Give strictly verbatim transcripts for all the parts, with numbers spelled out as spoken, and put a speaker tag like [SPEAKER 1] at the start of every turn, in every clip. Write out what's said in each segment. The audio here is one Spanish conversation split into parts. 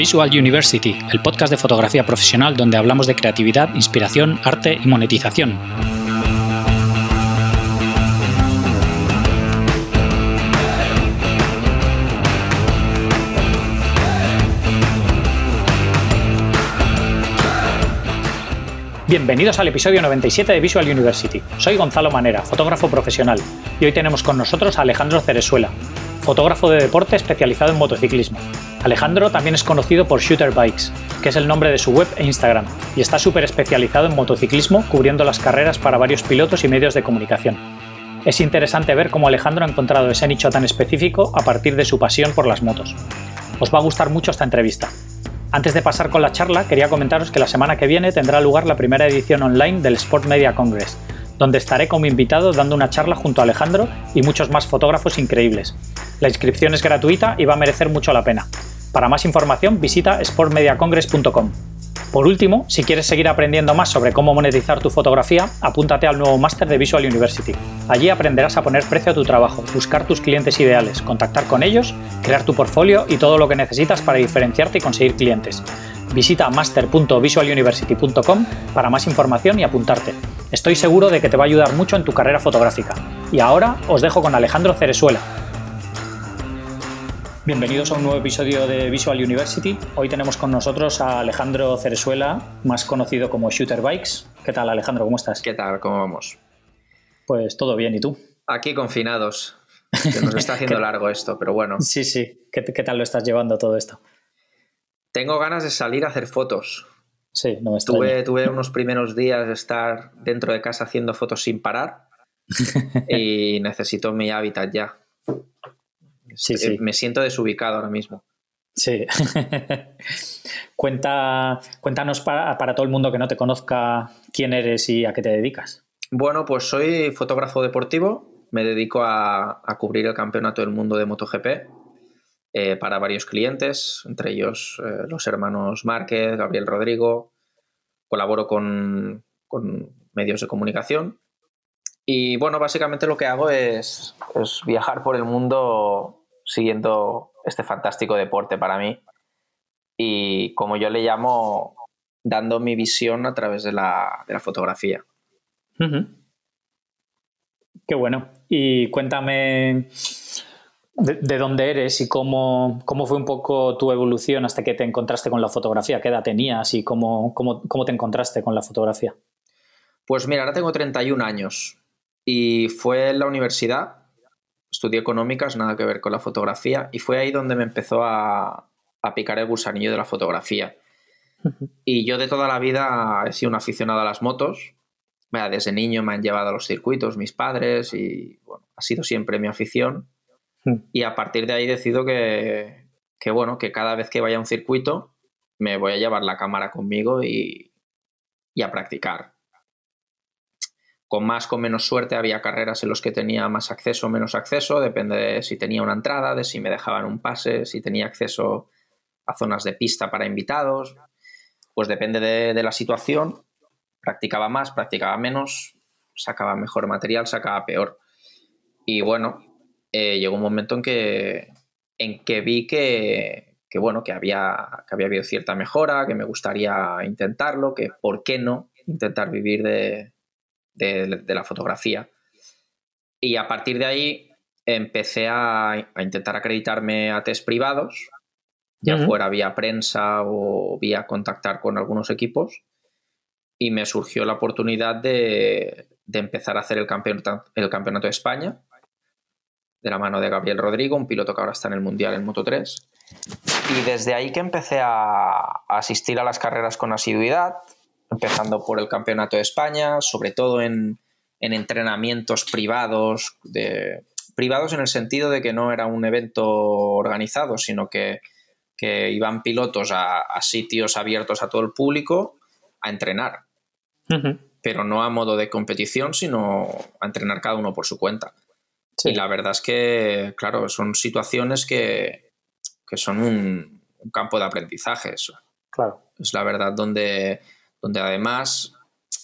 [SPEAKER 1] Visual University, el podcast de fotografía profesional donde hablamos de creatividad, inspiración, arte y monetización. Bienvenidos al episodio noventa y siete de Visual University. Soy Gonzalo Manera, fotógrafo profesional, y hoy tenemos con nosotros a Alejandro Cerezuela, fotógrafo de deporte especializado en motociclismo. Alejandro también es conocido por Shooter Bikes, que es el nombre de su web e Instagram, y está súper especializado en motociclismo, cubriendo las carreras para varios pilotos y medios de comunicación. Es interesante ver cómo Alejandro ha encontrado ese nicho tan específico a partir de su pasión por las motos. Os va a gustar mucho esta entrevista. Antes de pasar con la charla, quería comentaros que la semana que viene tendrá lugar la primera edición online del Sport Media Congress, donde estaré como invitado dando una charla junto a Alejandro y muchos más fotógrafos increíbles. La inscripción es gratuita y va a merecer mucho la pena. Para más información visita sport media congress punto com. Por último, si quieres seguir aprendiendo más sobre cómo monetizar tu fotografía, apúntate al nuevo máster de Visual University. Allí aprenderás a poner precio a tu trabajo, buscar tus clientes ideales, contactar con ellos, crear tu portfolio y todo lo que necesitas para diferenciarte y conseguir clientes. Visita master punto visual university punto com para más información y apuntarte. Estoy seguro de que te va a ayudar mucho en tu carrera fotográfica. Y ahora os dejo con Alejandro Cerezuela. Bienvenidos a un nuevo episodio de Visual University. Hoy tenemos con nosotros a Alejandro Cerezuela, más conocido como Shooter Bikes. ¿Qué tal, Alejandro? ¿Cómo estás?
[SPEAKER 2] ¿Qué tal? ¿Cómo vamos?
[SPEAKER 1] Pues todo bien, ¿y tú?
[SPEAKER 2] Aquí confinados. Que nos está haciendo largo esto, pero bueno.
[SPEAKER 1] Sí, sí. ¿Qué, ¿Qué tal lo estás llevando todo esto?
[SPEAKER 2] Tengo ganas de salir a hacer fotos.
[SPEAKER 1] Sí, no me extraña.
[SPEAKER 2] Tuve, tuve unos primeros días de estar dentro de casa haciendo fotos sin parar y necesito mi hábitat ya.
[SPEAKER 1] Sí, sí.
[SPEAKER 2] Me siento desubicado ahora mismo.
[SPEAKER 1] Sí. Cuenta, cuéntanos para, para todo el mundo que no te conozca quién eres y a qué te dedicas.
[SPEAKER 2] Bueno, pues soy fotógrafo deportivo. Me dedico a, a cubrir el campeonato del mundo de MotoGP eh, para varios clientes, entre ellos eh, los hermanos Márquez, Gabriel Rodrigo. Colaboro con, con medios de comunicación. Y bueno, básicamente lo que hago es, es viajar por el mundo siguiendo este fantástico deporte para mí y, como yo le llamo, dando mi visión a través de la, de la fotografía.
[SPEAKER 1] Uh-huh. Qué bueno. Y cuéntame de, de dónde eres y cómo, cómo fue un poco tu evolución hasta que te encontraste con la fotografía. ¿Qué edad tenías y cómo, cómo, cómo te encontraste con la fotografía?
[SPEAKER 2] Pues mira, ahora tengo treinta y un años y fue en la universidad. Estudié económicas, nada que ver con la fotografía, y fue ahí donde me empezó a, a picar el gusanillo de la fotografía. Uh-huh. Y yo de toda la vida he sido un aficionado a las motos. Mira, desde niño me han llevado a los circuitos mis padres y bueno, ha sido siempre mi afición. Uh-huh. Y a partir de ahí decido que, que, bueno, que cada vez que vaya a un circuito me voy a llevar la cámara conmigo y, y a practicar. Con más, con menos suerte, había carreras en las que tenía más acceso o menos acceso, depende de si tenía una entrada, de si me dejaban un pase, si tenía acceso a zonas de pista para invitados, pues depende de, de la situación. Practicaba más, practicaba menos, sacaba mejor material, sacaba peor. Y bueno, eh, llegó un momento en que, en que vi que, que, bueno, que había, que había habido cierta mejora, que me gustaría intentarlo, que por qué no intentar vivir de... De, de la fotografía. Y a partir de ahí empecé a, a intentar acreditarme a test privados, ya uh-huh. fuera vía prensa o vía contactar con algunos equipos, y me surgió la oportunidad de, de empezar a hacer el campeonato, el campeonato de España de la mano de Gabriel Rodrigo, un piloto que ahora está en el Mundial en Moto tres. Y desde ahí que empecé a, a asistir a las carreras con asiduidad, empezando por el Campeonato de España, sobre todo en, en entrenamientos privados, de, privados en el sentido de que no era un evento organizado, sino que, que iban pilotos a, a sitios abiertos a todo el público a entrenar, uh-huh. pero no a modo de competición, sino a entrenar cada uno por su cuenta. Sí. Y la verdad es que, claro, son situaciones que, que son un, un campo de aprendizaje. Eso.
[SPEAKER 1] Claro.
[SPEAKER 2] Es la verdad donde... donde además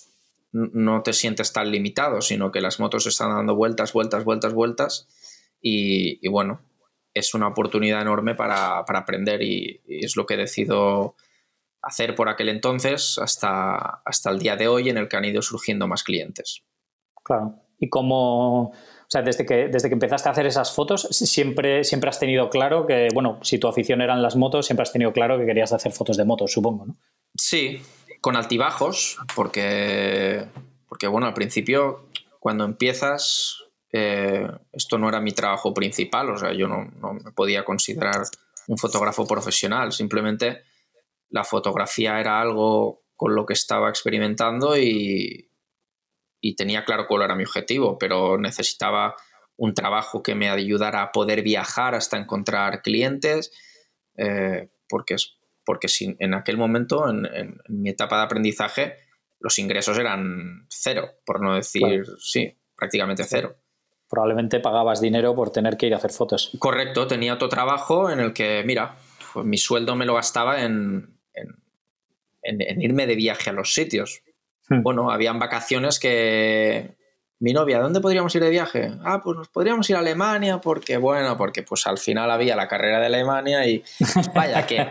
[SPEAKER 2] no te sientes tan limitado, sino que las motos están dando vueltas, vueltas, vueltas, vueltas y, y bueno, es una oportunidad enorme para, para aprender y, y es lo que decido hacer por aquel entonces hasta, hasta el día de hoy, en el que han ido surgiendo más clientes.
[SPEAKER 1] Claro. ¿Y cómo, o sea, desde que, desde que empezaste a hacer esas fotos, siempre, siempre has tenido claro que, bueno, si tu afición eran las motos, siempre has tenido claro que querías hacer fotos de motos, supongo, ¿no?
[SPEAKER 2] Sí, con altibajos, porque, porque bueno, al principio, cuando empiezas, eh, esto no era mi trabajo principal, o sea, yo no, no me podía considerar un fotógrafo profesional, simplemente la fotografía era algo con lo que estaba experimentando y, y tenía claro cuál era mi objetivo, pero necesitaba un trabajo que me ayudara a poder viajar hasta encontrar clientes, eh, porque, porque si, en aquel momento, en, en, en mi etapa de aprendizaje, los ingresos eran cero, por no decir, claro. sí, prácticamente cero.
[SPEAKER 1] Probablemente pagabas dinero por tener que ir a hacer fotos.
[SPEAKER 2] Correcto, tenía otro trabajo en el que, mira, pues mi sueldo me lo gastaba en, en, en, en irme de viaje a los sitios. Hmm. Bueno, habían vacaciones que... Mi novia, ¿dónde podríamos ir de viaje? Ah, pues nos podríamos ir a Alemania porque, bueno, porque pues al final había la carrera de Alemania y vaya, que,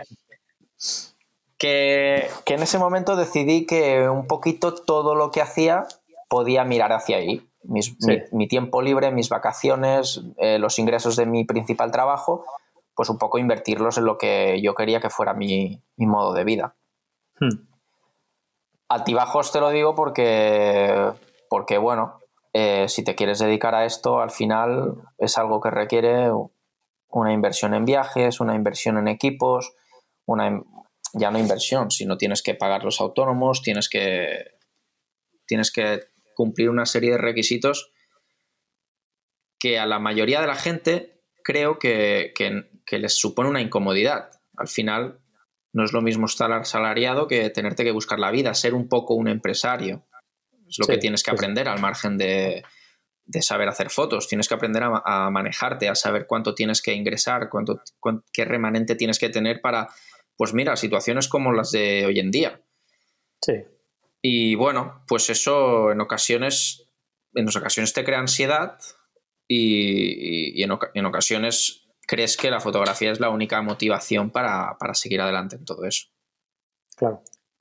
[SPEAKER 2] que, que en ese momento decidí que un poquito todo lo que hacía podía mirar hacia ahí. Mis, sí. mi, mi tiempo libre, mis vacaciones, eh, los ingresos de mi principal trabajo, pues un poco invertirlos en lo que yo quería que fuera mi, mi modo de vida. Hmm. Altibajos te lo digo porque, porque bueno, eh, si te quieres dedicar a esto, al final es algo que requiere una inversión en viajes, una inversión en equipos, una ya no inversión, sino tienes que pagar los autónomos, tienes que, tienes que cumplir una serie de requisitos que a la mayoría de la gente creo que, que, que les supone una incomodidad. Al final no es lo mismo estar asalariado que tenerte que buscar la vida, ser un poco un empresario. Es lo sí, que tienes que aprender sí. al margen de, de saber hacer fotos. Tienes que aprender a, a manejarte, a saber cuánto tienes que ingresar, cuánto, cuánto, qué remanente tienes que tener para, pues mira, situaciones como las de hoy en día.
[SPEAKER 1] Sí.
[SPEAKER 2] Y bueno, pues eso en ocasiones, en ocasiones te crea ansiedad y, y, y en, en ocasiones crees que la fotografía es la única motivación para, para seguir adelante en todo eso.
[SPEAKER 1] Claro.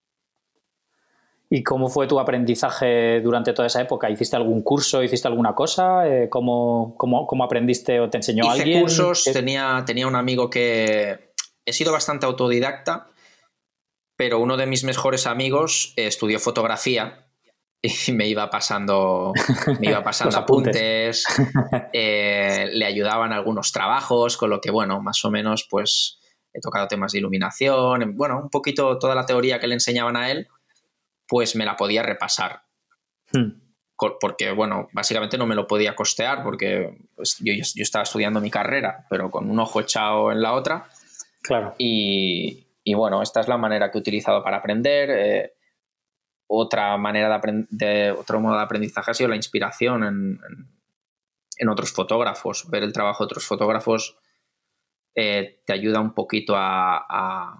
[SPEAKER 1] ¿Y cómo fue tu aprendizaje durante toda esa época? ¿Hiciste algún curso? ¿Hiciste alguna cosa? ¿Cómo, cómo, cómo aprendiste o te enseñó
[SPEAKER 2] Hice
[SPEAKER 1] alguien?
[SPEAKER 2] cursos, tenía, tenía un amigo que... He sido bastante autodidacta, pero uno de mis mejores amigos estudió fotografía y me iba pasando, me iba pasando apuntes, eh, le ayudaban algunos trabajos, con lo que, bueno, más o menos, pues he tocado temas de iluminación, bueno, un poquito toda la teoría que le enseñaban a él, pues me la podía repasar. Hmm. Porque, bueno, básicamente no me lo podía costear porque pues, yo, yo estaba estudiando mi carrera, pero con un ojo echado en la otra.
[SPEAKER 1] Claro.
[SPEAKER 2] Y, y bueno, esta es la manera que he utilizado para aprender. Eh, otra manera de, aprend- de otro modo de aprendizaje ha sido la inspiración en, en, en otros fotógrafos. Ver el trabajo de otros fotógrafos eh, te ayuda un poquito a, a,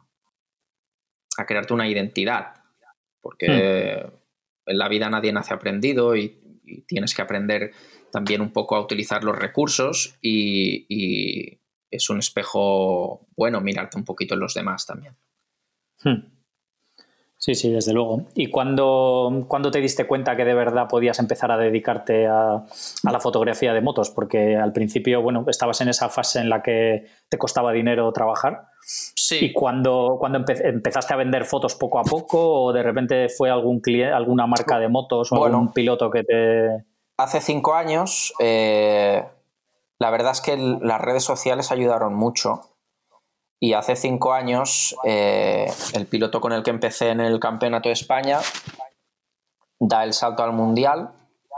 [SPEAKER 2] a crearte una identidad. Porque hmm. en la vida nadie nace aprendido y, y tienes que aprender también un poco a utilizar los recursos y, y es un espejo bueno mirarte un poquito en los demás también.
[SPEAKER 1] Hmm. Sí, sí, desde luego. ¿Y cuándo, cuándo te diste cuenta que de verdad podías empezar a dedicarte a, a la fotografía de motos? Porque al principio, bueno, estabas en esa fase en la que te costaba dinero trabajar.
[SPEAKER 2] Sí.
[SPEAKER 1] ¿Y cuándo, cuándo empe- empezaste a vender fotos poco a poco o de repente fue algún cliente, alguna marca de motos o
[SPEAKER 2] bueno,
[SPEAKER 1] algún piloto que te...?
[SPEAKER 2] Hace cinco años, eh, la verdad es que el, las redes sociales ayudaron mucho. Y hace cinco años, eh, el piloto con el que empecé en el Campeonato de España da el salto al Mundial,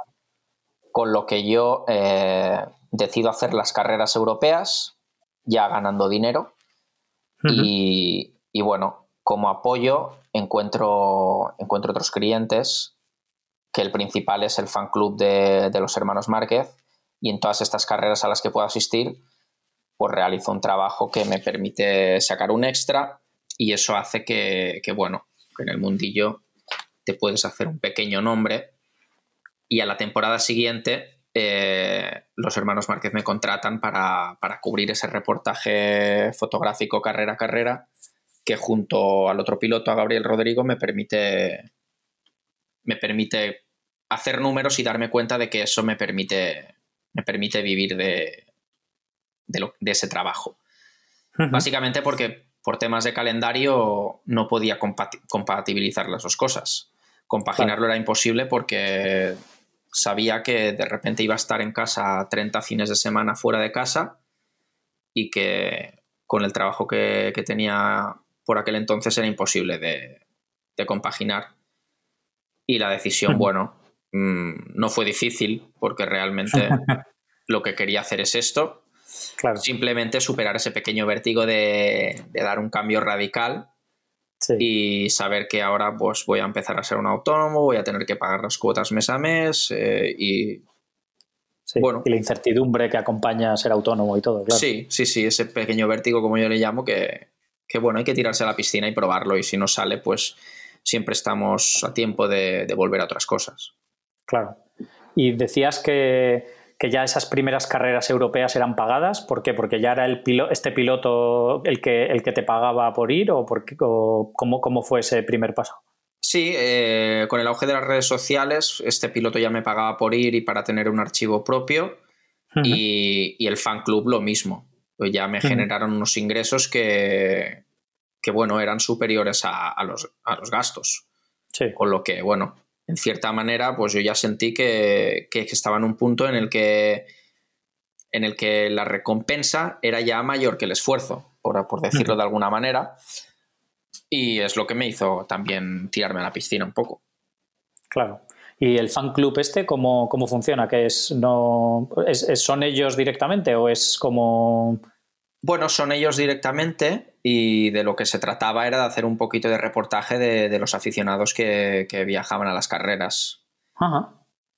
[SPEAKER 2] con lo que yo eh, decido hacer las carreras europeas, ya ganando dinero. Uh-huh. Y, y bueno, como apoyo encuentro, encuentro otros clientes, que el principal es el fan club de, de los hermanos Márquez, y en todas estas carreras a las que puedo asistir, pues realizo un trabajo que me permite sacar un extra y eso hace que, que, bueno, que en el mundillo te puedes hacer un pequeño nombre y a la temporada siguiente eh, los hermanos Márquez me contratan para, para cubrir ese reportaje fotográfico carrera a carrera, que junto al otro piloto, a Gabriel Rodrigo, me permite, me permite hacer números y darme cuenta de que eso me permite, me permite vivir de, de, lo, de ese trabajo. Uh-huh. Básicamente porque por temas de calendario no podía compati- compatibilizar las dos cosas. Compaginarlo claro. Era imposible porque sabía que de repente iba a estar en casa treinta fines de semana fuera de casa y que con el trabajo que, que tenía por aquel entonces era imposible de, de compaginar. Y la decisión, uh-huh. bueno, mmm, no fue difícil porque realmente lo que quería hacer es esto. Claro. Simplemente superar ese pequeño vértigo de, de dar un cambio radical sí. Y saber que ahora pues, voy a empezar a ser un autónomo, voy a tener que pagar las cuotas mes a mes eh, y...
[SPEAKER 1] Sí, bueno, y la incertidumbre que acompaña a ser autónomo y todo, claro.
[SPEAKER 2] Sí, sí, sí, ese pequeño vértigo, como yo le llamo, que, que bueno, hay que tirarse a la piscina y probarlo, y si no sale, pues siempre estamos a tiempo de, de volver a otras cosas.
[SPEAKER 1] Claro. Y decías que, que ya esas primeras carreras europeas eran pagadas, ¿por qué? ¿Porque ya era el pilo, este piloto el que, el que te pagaba por ir o, por qué, o cómo, cómo fue ese primer paso?
[SPEAKER 2] Sí, eh, con el auge de las redes sociales, este piloto ya me pagaba por ir y para tener un archivo propio. Uh-huh. y, y el fan club lo mismo. Pues ya me uh-huh. generaron unos ingresos que, que bueno, eran superiores a, a, los, a los gastos.
[SPEAKER 1] Sí.
[SPEAKER 2] Con lo que, bueno, en cierta manera, pues yo ya sentí que, que estaba en un punto en el que, en el que la recompensa era ya mayor que el esfuerzo, por, por decirlo uh-huh. de alguna manera. Y es lo que me hizo también tirarme a la piscina un poco.
[SPEAKER 1] Claro. ¿Y el fan club este cómo, cómo funciona? ¿Qué es? No, ¿es, es, ¿Son ellos directamente o es como...?
[SPEAKER 2] Bueno, son ellos directamente y de lo que se trataba era de hacer un poquito de reportaje de, de los aficionados que, que viajaban a las carreras.
[SPEAKER 1] Ajá.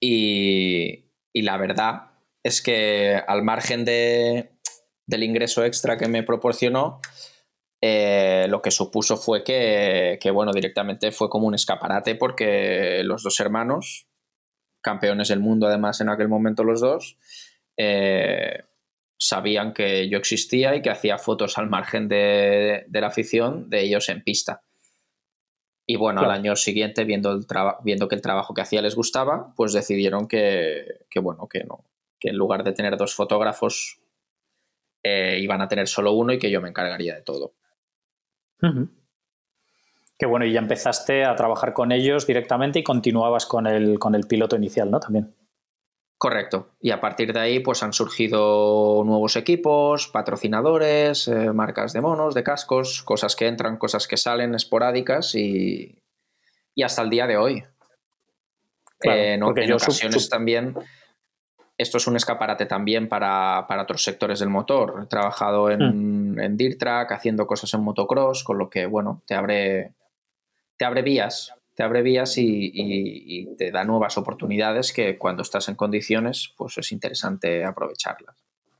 [SPEAKER 2] Y, y la verdad es que al margen de, del ingreso extra que me proporcionó, Eh, lo que supuso fue que, que, bueno, directamente fue como un escaparate porque los dos hermanos, campeones del mundo además en aquel momento los dos, eh, sabían que yo existía y que hacía fotos al margen de, de la afición de ellos en pista. Y bueno, claro. Al año siguiente, viendo, el traba- viendo que el trabajo que hacía les gustaba, pues decidieron que, que bueno, que no, que en lugar de tener dos fotógrafos eh, iban a tener solo uno y que yo me encargaría de todo.
[SPEAKER 1] Uh-huh. Qué bueno, y ya empezaste a trabajar con ellos directamente y continuabas con el, con el piloto inicial, ¿no? También.
[SPEAKER 2] Correcto. Y a partir de ahí pues han surgido nuevos equipos, patrocinadores, eh, marcas de monos, de cascos, cosas que entran, cosas que salen esporádicas y, y hasta el día de hoy.
[SPEAKER 1] Claro,
[SPEAKER 2] eh, no, en ocasiones sub... también... Esto es un escaparate también para, para otros sectores del motor. He trabajado en, mm. en dirt track, haciendo cosas en motocross, con lo que, bueno, te abre, te abre vías, te abre vías y, y, y te da nuevas oportunidades que cuando estás en condiciones, pues es interesante aprovecharlas.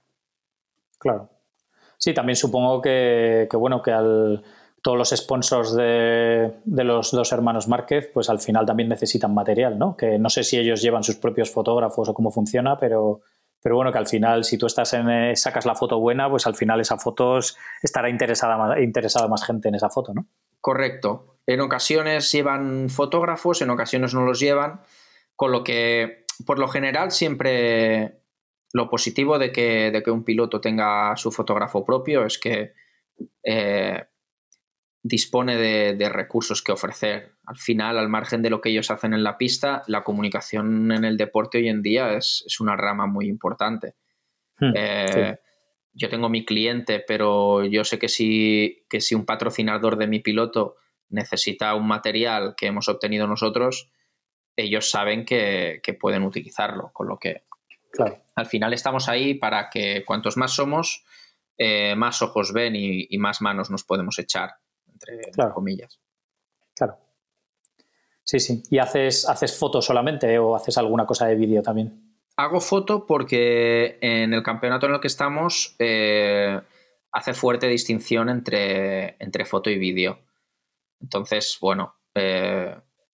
[SPEAKER 1] Claro. Sí, también supongo que, que bueno, que al... todos los sponsors de, de los dos hermanos Márquez, pues al final también necesitan material, ¿no? Que no sé si ellos llevan sus propios fotógrafos o cómo funciona, pero, pero bueno, que al final si tú estás en, sacas la foto buena, pues al final esa foto estará interesada más, interesada más gente en esa foto, ¿no?
[SPEAKER 2] Correcto. En ocasiones llevan fotógrafos, en ocasiones no los llevan, con lo que, por lo general, siempre lo positivo de que, de que un piloto tenga su fotógrafo propio es que eh, dispone de, de recursos que ofrecer. Al final, al margen de lo que ellos hacen en la pista, la comunicación en el deporte hoy en día es, es una rama muy importante. Hmm, eh, sí. Yo tengo mi cliente, pero yo sé que si, que si un patrocinador de mi piloto necesita un material que hemos obtenido nosotros, ellos saben que, que pueden utilizarlo, con lo que
[SPEAKER 1] claro.
[SPEAKER 2] Al final estamos ahí para que cuantos más somos, eh, más ojos ven y, y más manos nos podemos echar. Entre,
[SPEAKER 1] claro.
[SPEAKER 2] entre comillas.
[SPEAKER 1] Claro. Sí, sí. ¿Y haces, haces fotos solamente o haces alguna cosa de vídeo también?
[SPEAKER 2] Hago foto porque en el campeonato en el que estamos eh, hace fuerte distinción entre, entre foto y vídeo. Entonces, bueno, eh,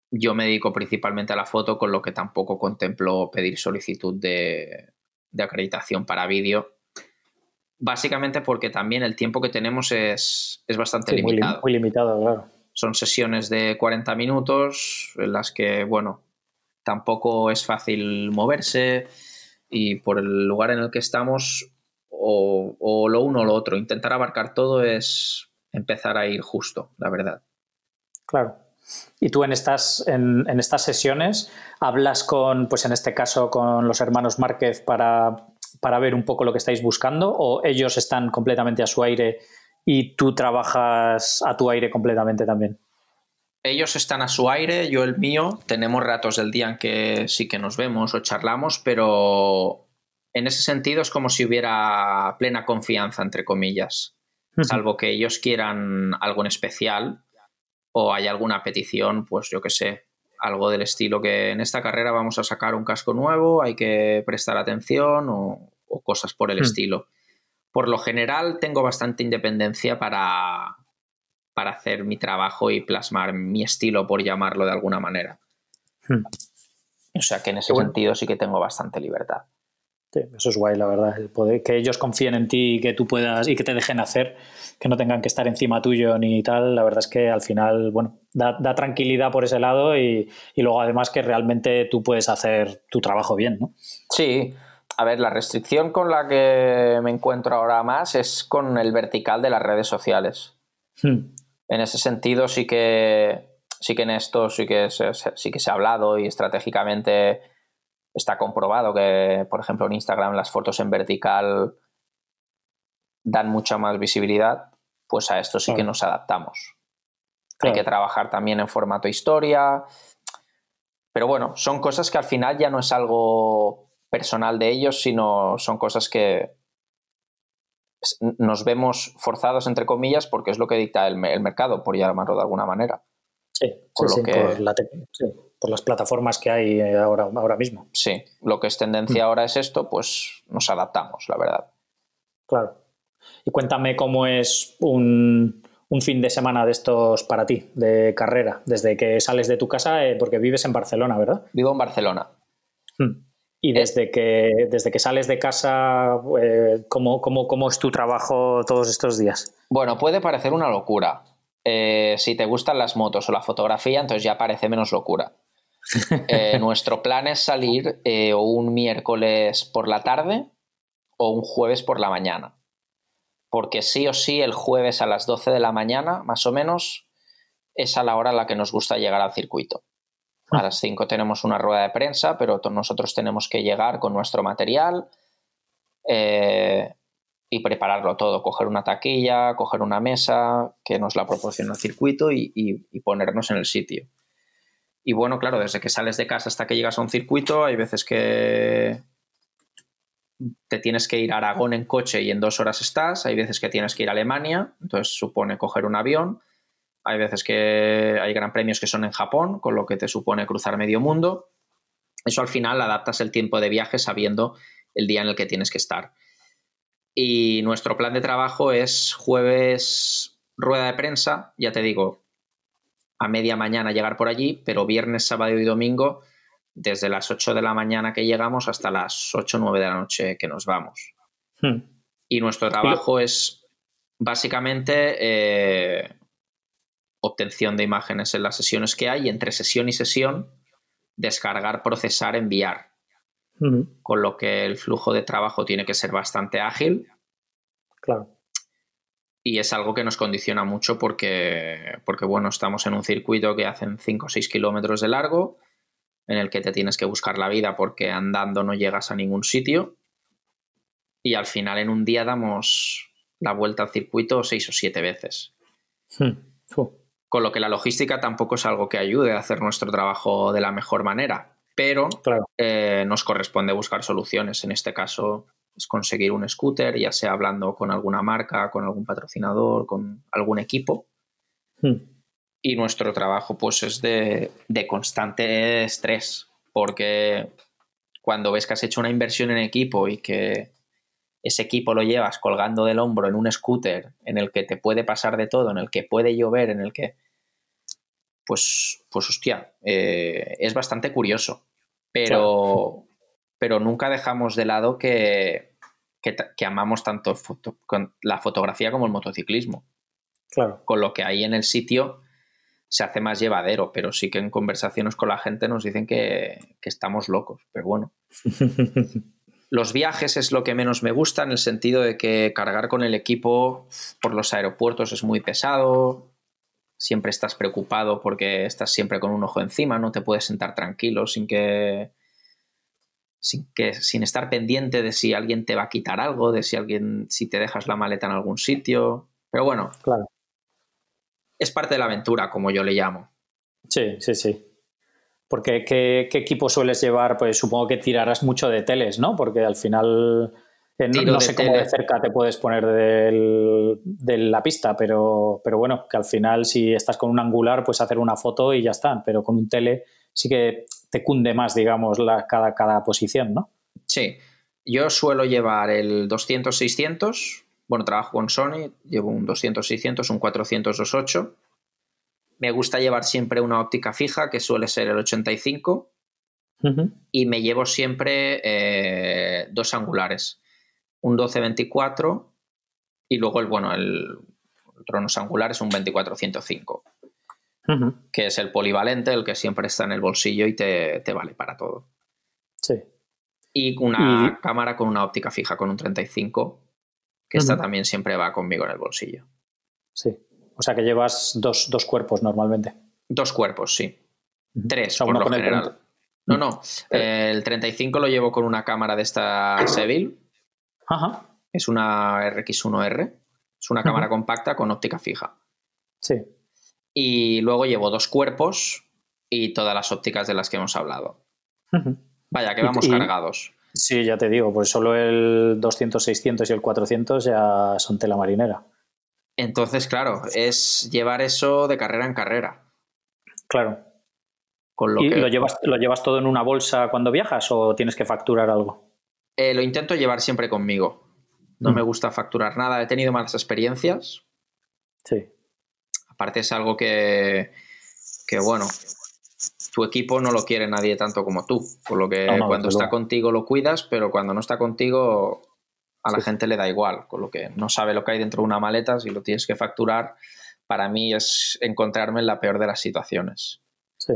[SPEAKER 2] yo me dedico principalmente a la foto, con lo que tampoco contemplo pedir solicitud de, de acreditación para vídeo. Básicamente porque también el tiempo que tenemos es, es bastante
[SPEAKER 1] sí,
[SPEAKER 2] limitado.
[SPEAKER 1] Muy, muy limitado, claro.
[SPEAKER 2] Son sesiones de cuarenta minutos en las que, bueno, tampoco es fácil moverse y por el lugar en el que estamos, o, o lo uno o lo otro. Intentar abarcar todo es empezar a ir justo, la verdad.
[SPEAKER 1] Claro. Y tú en estas, en, en estas sesiones hablas con, pues en este caso, con los hermanos Márquez para, para ver un poco lo que estáis buscando, o ellos están completamente a su aire y tú trabajas a tu aire completamente también.
[SPEAKER 2] Ellos están a su aire, yo el mío. Tenemos ratos del día en que sí que nos vemos o charlamos, pero en ese sentido es como si hubiera plena confianza, entre comillas. Uh-huh. Salvo que ellos quieran algo en especial o hay alguna petición, pues yo qué sé, algo del estilo que en esta carrera vamos a sacar un casco nuevo, hay que prestar atención o, o cosas por el uh-huh. estilo. Por lo general tengo bastante independencia para... para hacer mi trabajo y plasmar mi estilo, por llamarlo de alguna manera. Hmm. O sea que en ese bueno. sentido sí que tengo bastante libertad.
[SPEAKER 1] Sí, eso es guay, la verdad. El poder, que ellos confíen en ti y que tú puedas y que te dejen hacer, que no tengan que estar encima tuyo ni tal. La verdad es que al final, bueno, da, da tranquilidad por ese lado y, y luego además que realmente tú puedes hacer tu trabajo bien, ¿no?
[SPEAKER 2] Sí. A ver, la restricción con la que me encuentro ahora más es con el vertical de las redes sociales. Hmm. En ese sentido sí que sí que en esto sí que se, sí que se ha hablado y estratégicamente está comprobado que, por ejemplo, en Instagram las fotos en vertical dan mucha más visibilidad, pues a esto sí claro. que nos adaptamos. Claro. Hay que trabajar también en formato historia, pero bueno, son cosas que al final ya no es algo personal de ellos, sino son cosas que nos vemos forzados, entre comillas, porque es lo que dicta el, el mercado, por llamarlo de alguna manera.
[SPEAKER 1] Sí, por, sí, lo sí, que... por, la te... sí, por las plataformas que hay ahora, ahora mismo.
[SPEAKER 2] Sí, lo que es tendencia mm. ahora es esto, pues nos adaptamos, la verdad.
[SPEAKER 1] Claro. Y cuéntame cómo es un, un fin de semana de estos para ti, de carrera, desde que sales de tu casa, eh, porque vives en Barcelona, ¿verdad?
[SPEAKER 2] Vivo en Barcelona.
[SPEAKER 1] Mm. Y desde, eh, que, desde que sales de casa, eh, ¿cómo, cómo, ¿cómo es tu trabajo todos estos días?
[SPEAKER 2] Bueno, puede parecer una locura. Eh, si te gustan las motos o la fotografía, entonces ya parece menos locura. Eh, nuestro plan es salir eh, o un miércoles por la tarde o un jueves por la mañana. Porque sí o sí el jueves a las doce de la mañana, más o menos, es a la hora a la que nos gusta llegar al circuito. A las cinco tenemos una rueda de prensa, pero nosotros tenemos que llegar con nuestro material eh, y prepararlo todo, coger una taquilla, coger una mesa que nos la proporciona el circuito y, y, y ponernos en el sitio. Y bueno, claro, desde que sales de casa hasta que llegas a un circuito, hay veces que te tienes que ir a Aragón en coche y en dos horas estás, hay veces que tienes que ir a Alemania, entonces supone coger un avión. Hay veces que hay gran premios que son en Japón, con lo que te supone cruzar medio mundo. Eso al final adaptas el tiempo de viaje sabiendo el día en el que tienes que estar. Y nuestro plan de trabajo es jueves rueda de prensa, ya te digo, a media mañana llegar por allí, pero viernes, sábado y domingo desde las ocho de la mañana que llegamos hasta las ocho o nueve de la noche que nos vamos. Hmm. Y nuestro trabajo es básicamente... Eh, obtención de imágenes en las sesiones que hay y entre sesión y sesión descargar, procesar, enviar. Uh-huh. Con lo que el flujo de trabajo tiene que ser bastante ágil.
[SPEAKER 1] Claro.
[SPEAKER 2] Y es algo que nos condiciona mucho porque, porque bueno, estamos en un circuito que hacen cinco o seis kilómetros de largo, en el que te tienes que buscar la vida porque andando no llegas a ningún sitio. Y al final en un día damos la vuelta al circuito seis o siete veces.
[SPEAKER 1] Uh-huh. Uh-huh.
[SPEAKER 2] Con lo que la logística tampoco es algo que ayude a hacer nuestro trabajo de la mejor manera, pero
[SPEAKER 1] claro.
[SPEAKER 2] eh, nos corresponde buscar soluciones. En este caso es conseguir un scooter, ya sea hablando con alguna marca, con algún patrocinador, con algún equipo. Hmm. Y nuestro trabajo pues es de, de constante estrés, porque cuando ves que has hecho una inversión en equipo y que ese equipo lo llevas colgando del hombro en un scooter en el que te puede pasar de todo, en el que puede llover, en el que pues, pues hostia, eh, es bastante curioso. Pero, claro. pero nunca dejamos de lado que, que, que amamos tanto foto, con la fotografía como el motociclismo.
[SPEAKER 1] Claro.
[SPEAKER 2] Con lo que hay en el sitio se hace más llevadero, pero sí que en conversaciones con la gente nos dicen que, que estamos locos, pero bueno. Los viajes es lo que menos me gusta, en el sentido de que cargar con el equipo por los aeropuertos es muy pesado, siempre estás preocupado porque estás siempre con un ojo encima, no te puedes sentar tranquilo sin que, sin que, sin estar pendiente de si alguien te va a quitar algo, de si alguien, si te dejas la maleta en algún sitio, pero bueno.
[SPEAKER 1] Claro.
[SPEAKER 2] Es parte de la aventura, como yo le llamo.
[SPEAKER 1] Sí, sí, sí. Porque ¿qué, qué equipo sueles llevar? Pues supongo que tirarás mucho de teles, ¿no? Porque al final eh, no, no sé cómo de cerca te puedes poner del, de la pista, pero, pero bueno, que al final si estás con un angular puedes hacer una foto y ya está, pero con un tele sí que te cunde más, digamos, la, cada, cada posición, ¿no?
[SPEAKER 2] Sí. Yo suelo llevar el doscientos seiscientos. Bueno, trabajo con Sony, llevo un doscientos seiscientos, un cuatrocientos dos ocho. Me gusta llevar siempre una óptica fija, que suele ser el ochenta y cinco. Uh-huh. Y me llevo siempre eh, dos angulares. Un doce veinticuatro y luego el, bueno, el otro no es angular, es un veinticuatro ciento cinco. Uh-huh. Que es el polivalente, el que siempre está en el bolsillo y te, te vale para todo.
[SPEAKER 1] Sí.
[SPEAKER 2] Y una y... cámara con una óptica fija, con un treinta y cinco, que uh-huh. esta también siempre va conmigo en el bolsillo.
[SPEAKER 1] Sí. O sea que llevas dos, dos cuerpos normalmente.
[SPEAKER 2] Dos cuerpos, sí. Uh-huh. Tres, o sea, por lo general.
[SPEAKER 1] treinta.
[SPEAKER 2] No, no. Pero... El treinta y cinco lo llevo con una cámara de esta Seville.
[SPEAKER 1] Ajá.
[SPEAKER 2] Es una R X uno R. Es una cámara uh-huh. compacta con óptica fija.
[SPEAKER 1] Sí.
[SPEAKER 2] Y luego llevo dos cuerpos y todas las ópticas de las que hemos hablado. Uh-huh. Vaya, que vamos y, cargados.
[SPEAKER 1] Sí, ya te digo, pues solo el doscientos seiscientos y el cuatrocientos ya son tela marinera.
[SPEAKER 2] Entonces, claro, es llevar eso de carrera en carrera.
[SPEAKER 1] Claro.
[SPEAKER 2] Con lo
[SPEAKER 1] ¿Y
[SPEAKER 2] que...
[SPEAKER 1] lo llevas, lo llevas todo en una bolsa cuando viajas o tienes que facturar algo?
[SPEAKER 2] Eh, lo intento llevar siempre conmigo. No mm. me gusta facturar nada. He tenido malas experiencias.
[SPEAKER 1] Sí.
[SPEAKER 2] Aparte es algo que, que bueno, tu equipo no lo quiere nadie tanto como tú. Por lo que no, no, cuando está luego. contigo lo cuidas, pero cuando no está contigo a la sí. gente le da igual. Con lo que no sabe lo que hay dentro de una maleta, si lo tienes que facturar, para mí es encontrarme en la peor de las situaciones.
[SPEAKER 1] Sí.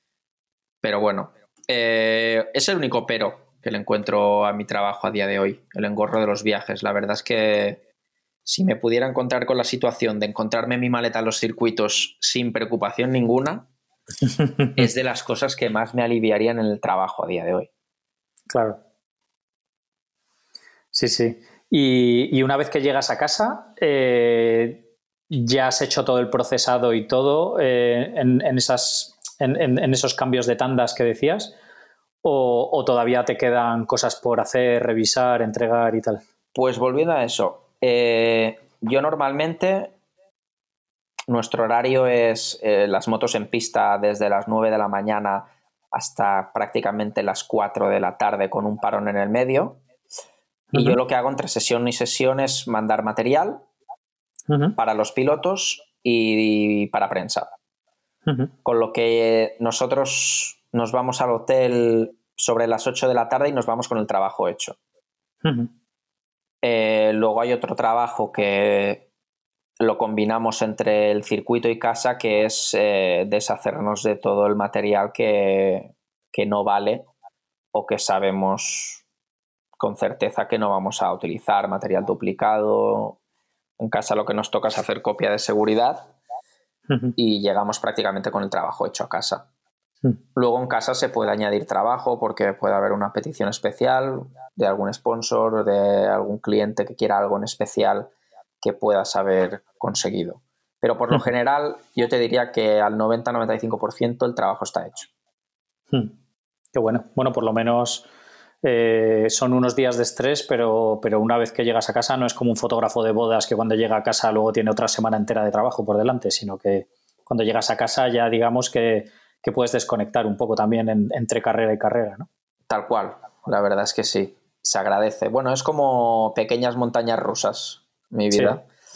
[SPEAKER 2] Pero bueno, eh, es el único pero que le encuentro a mi trabajo a día de hoy, el engorro de los viajes. La verdad es que si me pudiera encontrar con la situación de encontrarme mi maleta en los circuitos sin preocupación ninguna, es de las cosas que más me aliviarían en el trabajo a día de hoy.
[SPEAKER 1] Claro. Sí, sí. Y, y una vez que llegas a casa, eh, ya has hecho todo el procesado y todo eh, en, en, esas, en, en, en esos cambios de tandas que decías, o, o todavía te quedan cosas por hacer, revisar, entregar y tal.
[SPEAKER 2] Pues volviendo a eso, eh, yo normalmente nuestro horario es eh, las motos en pista desde las nueve de la mañana hasta prácticamente las cuatro de la tarde con un parón en el medio. Y uh-huh. yo lo que hago entre sesión y sesión es mandar material uh-huh. para los pilotos y para prensa. Uh-huh. Con lo que nosotros nos vamos al hotel sobre las ocho de la tarde y nos vamos con el trabajo hecho. Uh-huh. Eh, luego hay otro trabajo que lo combinamos entre el circuito y casa, que es eh, deshacernos de todo el material que, que no vale o que sabemos con certeza que no vamos a utilizar, material duplicado. En casa lo que nos toca es hacer copia de seguridad uh-huh. y llegamos prácticamente con el trabajo hecho a casa. Uh-huh. Luego en casa se puede añadir trabajo porque puede haber una petición especial de algún sponsor, de algún cliente que quiera algo en especial que puedas haber conseguido. Pero por lo uh-huh. general yo te diría que al noventa a noventa y cinco por ciento el trabajo está hecho.
[SPEAKER 1] Uh-huh. Qué bueno. Bueno, por lo menos eh, son unos días de estrés, pero, pero una vez que llegas a casa no es como un fotógrafo de bodas que cuando llega a casa luego tiene otra semana entera de trabajo por delante, sino que cuando llegas a casa ya digamos que, que puedes desconectar un poco también en, entre carrera y carrera, ¿no?
[SPEAKER 2] Tal cual. La verdad es que sí. Se agradece. Bueno, es como pequeñas montañas rusas, mi vida.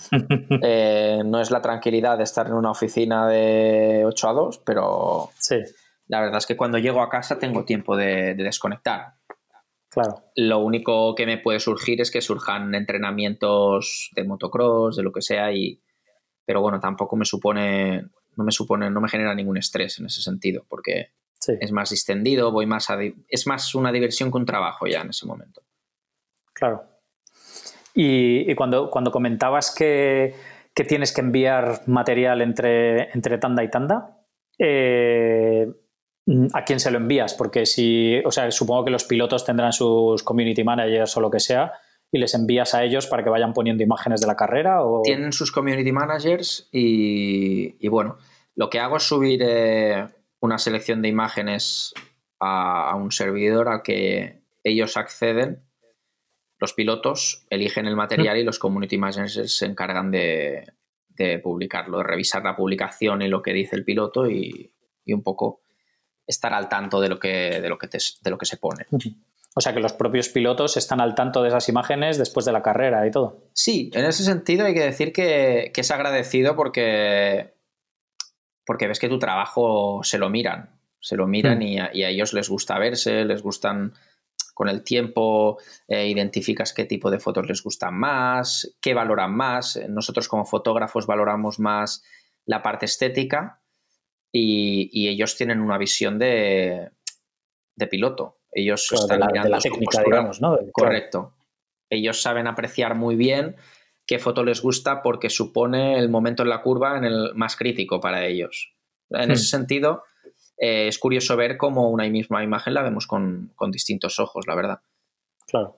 [SPEAKER 2] eh, no es la tranquilidad de estar en una oficina de ocho a dos, pero
[SPEAKER 1] sí.
[SPEAKER 2] La verdad es que cuando llego a casa tengo tiempo de, de desconectar.
[SPEAKER 1] Claro.
[SPEAKER 2] Lo único que me puede surgir es que surjan entrenamientos de motocross, de lo que sea, y pero bueno, tampoco me supone, no me supone, no me genera ningún estrés en ese sentido, porque
[SPEAKER 1] sí.
[SPEAKER 2] es más distendido, voy más a, es más una diversión que un trabajo ya en ese momento.
[SPEAKER 1] Claro. Y, y cuando, cuando comentabas que, que tienes que enviar material entre, entre tanda y tanda, eh, ¿a quién se lo envías? Porque si, o sea, supongo que los pilotos tendrán sus community managers o lo que sea, y les envías a ellos para que vayan poniendo imágenes de la carrera. ¿O?
[SPEAKER 2] Tienen sus community managers y, y bueno, lo que hago es subir eh, una selección de imágenes a, a un servidor al que ellos acceden. Los pilotos eligen el material y los community managers se encargan de, de publicarlo, de revisar la publicación y lo que dice el piloto y, y un poco estar al tanto de lo que, de lo que, te, de lo que se pone.
[SPEAKER 1] O sea que los propios pilotos están al tanto de esas imágenes después de la carrera y todo.
[SPEAKER 2] Sí, en ese sentido hay que decir que, que es agradecido porque, porque ves que tu trabajo se lo miran, se lo miran mm. y, a, y a ellos les gusta verse, les gustan... Con el tiempo eh, identificas qué tipo de fotos les gustan más, qué valoran más. Nosotros como fotógrafos valoramos más la parte estética y, y ellos tienen una visión de, de piloto. Ellos
[SPEAKER 1] claro,
[SPEAKER 2] están
[SPEAKER 1] de la,
[SPEAKER 2] mirando
[SPEAKER 1] de la técnica, digamos, ¿no?
[SPEAKER 2] Correcto. Claro. Ellos saben apreciar muy bien qué foto les gusta porque supone el momento en la curva en el más crítico para ellos. En hmm. ese sentido... Eh, es curioso ver cómo una misma imagen la vemos con, con distintos ojos, la verdad.
[SPEAKER 1] Claro.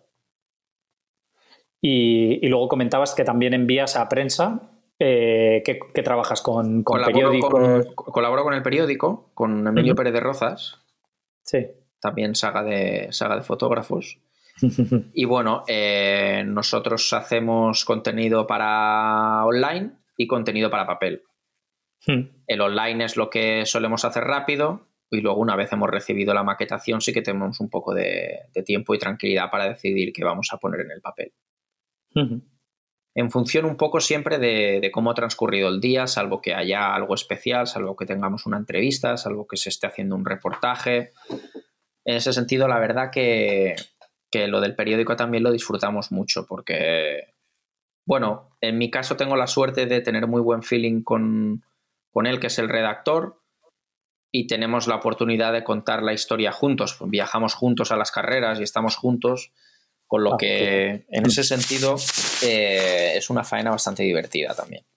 [SPEAKER 1] Y, y luego comentabas que también envías a prensa. Eh, ¿qué, ¿Qué trabajas con, con periódicos?
[SPEAKER 2] Con, colaboro con el periódico, con Emilio uh-huh. Pérez de Rozas.
[SPEAKER 1] Sí.
[SPEAKER 2] También saga de, saga de fotógrafos. Y bueno, eh, nosotros hacemos contenido para online y contenido para papel. Hmm. El online es lo que solemos hacer rápido y luego una vez hemos recibido la maquetación sí que tenemos un poco de, de tiempo y tranquilidad para decidir qué vamos a poner en el papel. Uh-huh. En función un poco siempre de, de cómo ha transcurrido el día, salvo que haya algo especial, salvo que tengamos una entrevista, salvo que se esté haciendo un reportaje. En ese sentido, la verdad que, que lo del periódico también lo disfrutamos mucho porque, bueno, en mi caso tengo la suerte de tener muy buen feeling con... con él, que es el redactor, y tenemos la oportunidad de contar la historia juntos. Viajamos juntos a las carreras y estamos juntos, con lo ah, que claro. en ese sentido eh, es una faena bastante divertida también.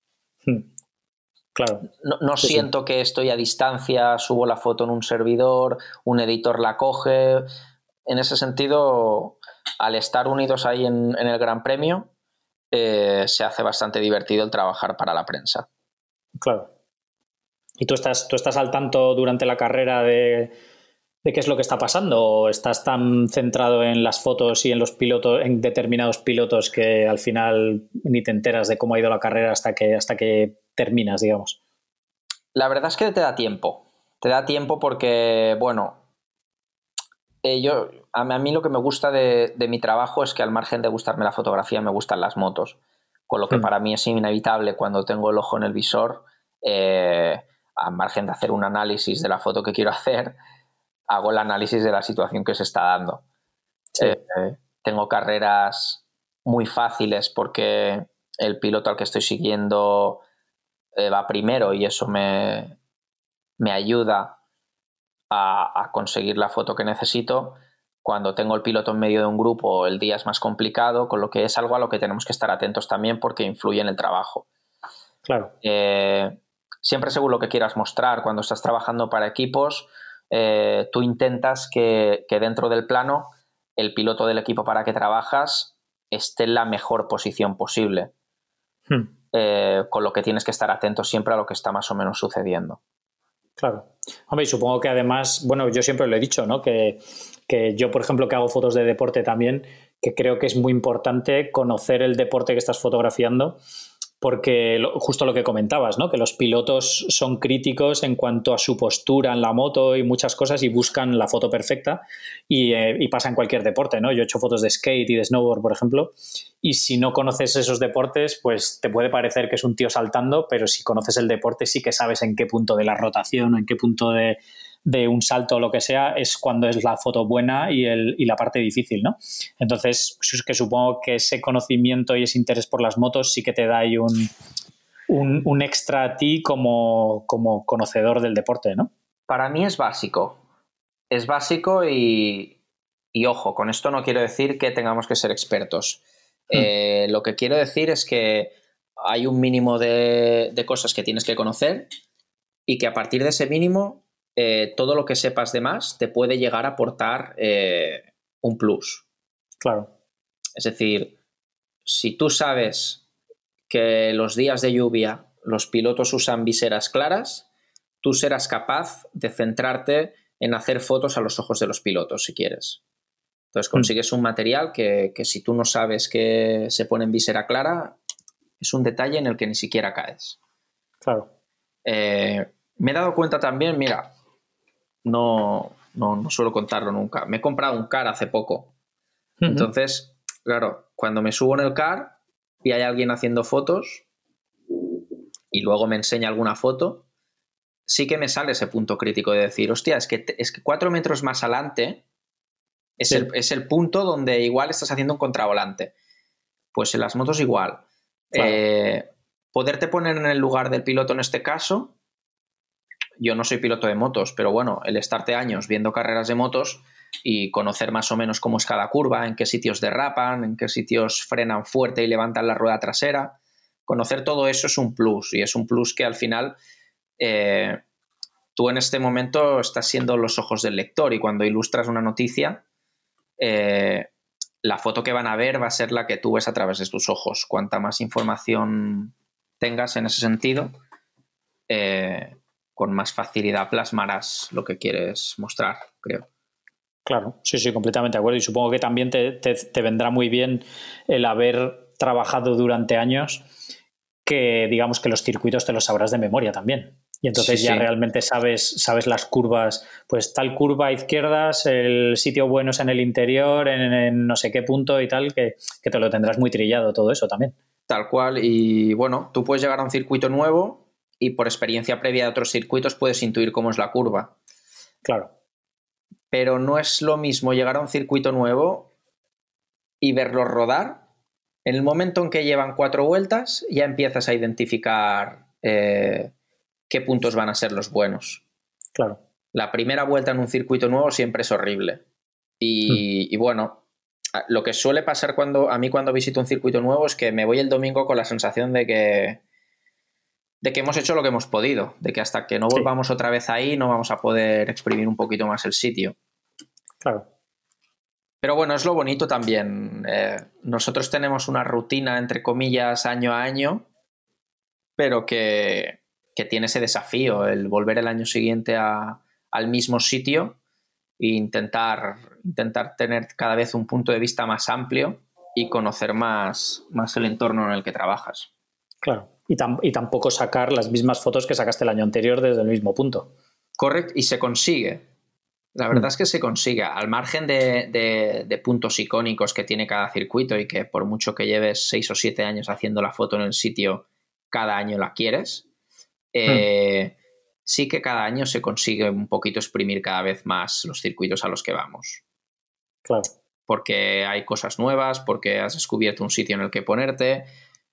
[SPEAKER 1] Claro.
[SPEAKER 2] No, no
[SPEAKER 1] sí,
[SPEAKER 2] siento
[SPEAKER 1] sí.
[SPEAKER 2] que estoy a distancia, subo la foto en un servidor, un editor la coge. En ese sentido, al estar unidos ahí en, en el Gran Premio, eh, se hace bastante divertido el trabajar para la prensa.
[SPEAKER 1] Claro. ¿Y tú estás, tú estás al tanto durante la carrera de, de qué es lo que está pasando? ¿O estás tan centrado en las fotos y en los pilotos, en determinados pilotos, que al final ni te enteras de cómo ha ido la carrera hasta que, hasta que terminas, digamos?
[SPEAKER 2] La verdad es que te da tiempo. Te da tiempo porque, bueno, eh, yo, a mí, a mí lo que me gusta de, de mi trabajo es que al margen de gustarme la fotografía, me gustan las motos. Con lo que hmm. para mí es inevitable cuando tengo el ojo en el visor... Eh, al margen de hacer un análisis de la foto que quiero hacer, hago el análisis de la situación que se está dando. Sí. Eh, eh, tengo carreras muy fáciles porque el piloto al que estoy siguiendo eh, va primero y eso me, me ayuda a, a conseguir la foto que necesito. Cuando tengo el piloto en medio de un grupo, el día es más complicado, con lo que es algo a lo que tenemos que estar atentos también porque influye en el trabajo.
[SPEAKER 1] Claro.
[SPEAKER 2] Eh, Siempre según lo que quieras mostrar, cuando estás trabajando para equipos, eh, tú intentas que, que dentro del plano el piloto del equipo para que trabajas esté en la mejor posición posible. Hmm. Eh, con lo que tienes que estar atento siempre a lo que está más o menos sucediendo.
[SPEAKER 1] Claro. Hombre, y supongo que además, bueno, yo siempre lo he dicho, ¿no? Que, que yo, por ejemplo, que hago fotos de deporte también, que creo que es muy importante conocer el deporte que estás fotografiando, porque lo, justo lo que comentabas, ¿no? Que los pilotos son críticos en cuanto a su postura en la moto y muchas cosas y buscan la foto perfecta y, eh, y pasa en cualquier deporte, ¿no? Yo he hecho fotos de skate y de snowboard, por ejemplo, y si no conoces esos deportes, pues te puede parecer que es un tío saltando, pero si conoces el deporte sí que sabes en qué punto de la rotación o en qué punto de, de un salto o lo que sea es cuando es la foto buena y, el, y la parte difícil, ¿no? Entonces, es que supongo que ese conocimiento y ese interés por las motos sí que te da ahí un, un, un extra a ti como, como conocedor del deporte, ¿no?
[SPEAKER 2] Para mí es básico. Es básico y, y ojo, con esto no quiero decir que tengamos que ser expertos. Hmm. Eh, lo que quiero decir es que hay un mínimo de, de cosas que tienes que conocer y que a partir de ese mínimo Eh, todo lo que sepas de más te puede llegar a aportar eh, un plus.
[SPEAKER 1] Claro.
[SPEAKER 2] Es decir, si tú sabes que los días de lluvia los pilotos usan viseras claras, tú serás capaz de centrarte en hacer fotos a los ojos de los pilotos, si quieres. Entonces consigues mm. un material que, que si tú no sabes que se pone en visera clara, es un detalle en el que ni siquiera caes.
[SPEAKER 1] Claro.
[SPEAKER 2] Eh, me he dado cuenta también, mira, No, no, no suelo contarlo nunca. Me he comprado un car hace poco. Uh-huh. Entonces, claro, cuando me subo en el car y hay alguien haciendo fotos y luego me enseña alguna foto, sí que me sale ese punto crítico de decir, hostia, es que, te, es que cuatro metros más adelante es, sí. el, es el punto donde igual estás haciendo un contravolante. Pues en las motos igual. Claro. Eh, poderte poner en el lugar del piloto en este caso. Yo no soy piloto de motos, pero bueno, el estarte años viendo carreras de motos y conocer más o menos cómo es cada curva, en qué sitios derrapan, en qué sitios frenan fuerte y levantan la rueda trasera, conocer todo eso es un plus y es un plus que al final eh, tú en este momento estás siendo los ojos del lector y cuando ilustras una noticia eh, la foto que van a ver va a ser la que tú ves a través de tus ojos. Cuanta más información tengas en ese sentido, eh, con más facilidad plasmarás lo que quieres mostrar, creo.
[SPEAKER 1] Claro, sí, sí, completamente de acuerdo. Y supongo que también te, te, te vendrá muy bien el haber trabajado durante años que, digamos, que los circuitos te los sabrás de memoria también. Y entonces sí, ya sí. realmente sabes, sabes las curvas, pues tal curva a izquierdas, el sitio bueno es en el interior, en, en no sé qué punto y tal, que, que te lo tendrás muy trillado todo eso también.
[SPEAKER 2] Tal cual. Y bueno, tú puedes llegar a un circuito nuevo y por experiencia previa de otros circuitos puedes intuir cómo es la curva.
[SPEAKER 1] Claro.
[SPEAKER 2] Pero no es lo mismo llegar a un circuito nuevo y verlos rodar. En el momento en que llevan cuatro vueltas, ya empiezas a identificar eh, qué puntos van a ser los buenos.
[SPEAKER 1] Claro.
[SPEAKER 2] La primera vuelta en un circuito nuevo siempre es horrible. Y, hmm. y bueno, lo que suele pasar cuando, a mí cuando visito un circuito nuevo es que me voy el domingo con la sensación de que de que hemos hecho lo que hemos podido, de que hasta que no volvamos sí. otra vez ahí no vamos a poder exprimir un poquito más el sitio.
[SPEAKER 1] Claro.
[SPEAKER 2] Pero bueno, es lo bonito también. Eh, nosotros tenemos una rutina, entre comillas, año a año, pero que, que tiene ese desafío, el volver el año siguiente a, al mismo sitio e intentar, intentar tener cada vez un punto de vista más amplio y conocer más, más el entorno en el que trabajas.
[SPEAKER 1] Claro. Y, tam- y tampoco sacar las mismas fotos que sacaste el año anterior desde el mismo punto.
[SPEAKER 2] Correcto, y se consigue. La verdad mm. es que se consigue. Al margen de, de, de puntos icónicos que tiene cada circuito y que por mucho que lleves seis o siete años haciendo la foto en el sitio, cada año la quieres, eh, mm. sí que cada año se consigue un poquito exprimir cada vez más los circuitos a los que vamos.
[SPEAKER 1] Claro.
[SPEAKER 2] Porque hay cosas nuevas, porque has descubierto un sitio en el que ponerte,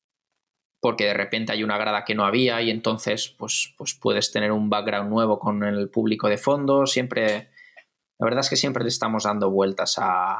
[SPEAKER 2] porque de repente hay una grada que no había y entonces pues, pues puedes tener un background nuevo con el público de fondo. Siempre, la verdad es que siempre le estamos dando vueltas a,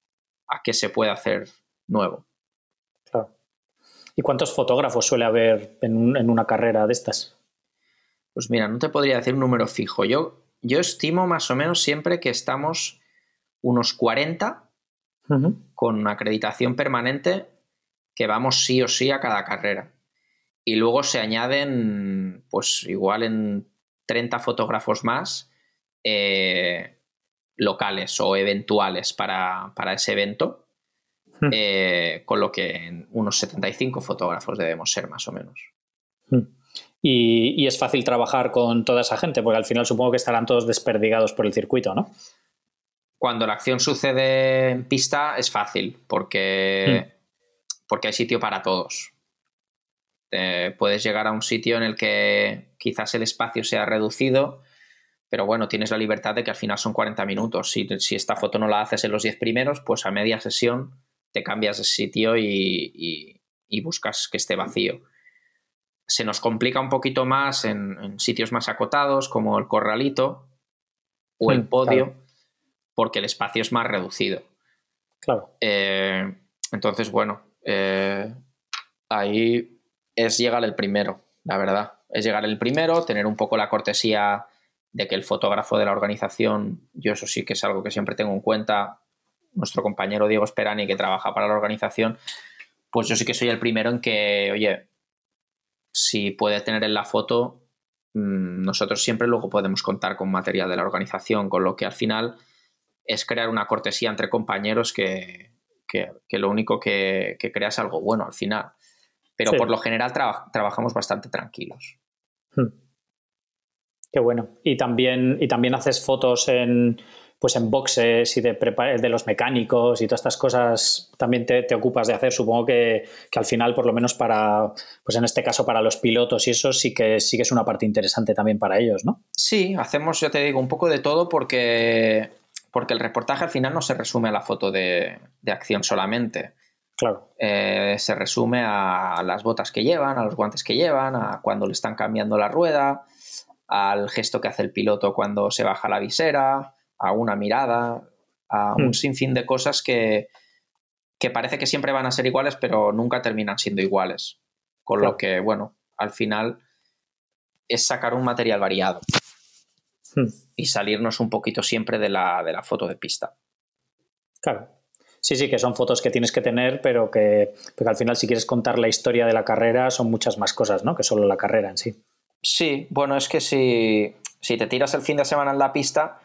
[SPEAKER 2] a qué se puede hacer nuevo.
[SPEAKER 1] Claro. ¿Y cuántos fotógrafos suele haber en, un, en una carrera de estas?
[SPEAKER 2] Pues mira, no te podría decir un número fijo. Yo, yo estimo más o menos siempre que estamos unos cuarenta uh-huh. con acreditación permanente que vamos sí o sí a cada carrera. Y luego se añaden, pues igual en treinta fotógrafos más eh, locales o eventuales para, para ese evento. Hmm. Eh, con lo que en unos setenta y cinco fotógrafos debemos ser más o menos.
[SPEAKER 1] Hmm. Y, y es fácil trabajar con toda esa gente, porque al final supongo que estarán todos desperdigados por el circuito, ¿no?
[SPEAKER 2] Cuando la acción sucede en pista es fácil, porque, hmm. porque hay sitio para todos. Eh, puedes llegar a un sitio en el que quizás el espacio sea reducido, pero bueno, tienes la libertad de que al final son cuarenta minutos. Si, si esta foto no la haces en los diez primeros, pues a media sesión te cambias de sitio y, y, y buscas que esté vacío. Se nos complica un poquito más en, en sitios más acotados, como el corralito o el podio, claro. Porque el espacio es más reducido.
[SPEAKER 1] Claro.
[SPEAKER 2] Eh, entonces, bueno, eh, ahí es llegar el primero, la verdad. Es llegar el primero, tener un poco la cortesía de que el fotógrafo de la organización, yo eso sí que es algo que siempre tengo en cuenta, nuestro compañero Diego Sperani, que trabaja para la organización, pues yo sí que soy el primero en que, oye, si puede tener en la foto, nosotros siempre luego podemos contar con material de la organización, con lo que al final es crear una cortesía entre compañeros que, que, que lo único que, que crea es algo bueno al final. Pero sí. Por lo general tra- trabajamos bastante tranquilos.
[SPEAKER 1] Hmm. Qué bueno. Y también, y también haces fotos en, pues en boxes y de, de los mecánicos y todas estas cosas también te, te ocupas de hacer. Supongo que, que al final, por lo menos para, pues en este caso para los pilotos y eso sí que, sí que es una parte interesante también para ellos, ¿no?
[SPEAKER 2] Sí, hacemos, ya te digo, un poco de todo porque, porque el reportaje al final no se resume a la foto de, de acción solamente.
[SPEAKER 1] Claro.
[SPEAKER 2] Eh, se resume a las botas que llevan, a los guantes que llevan, a cuando le están cambiando la rueda, al gesto que hace el piloto cuando se baja la visera, a una mirada, a un hmm. sinfín de cosas que, que parece que siempre van a ser iguales, pero nunca terminan siendo iguales. Con claro. Lo que, bueno, al final es sacar un material variado hmm. y salirnos un poquito siempre de la, de la foto de pista.
[SPEAKER 1] Claro. Sí, sí, que son fotos que tienes que tener, pero que, pero que al final si quieres contar la historia de la carrera son muchas más cosas, ¿no? Que solo la carrera en sí.
[SPEAKER 2] Sí, bueno, es que si, si te tiras el fin de semana en la pista,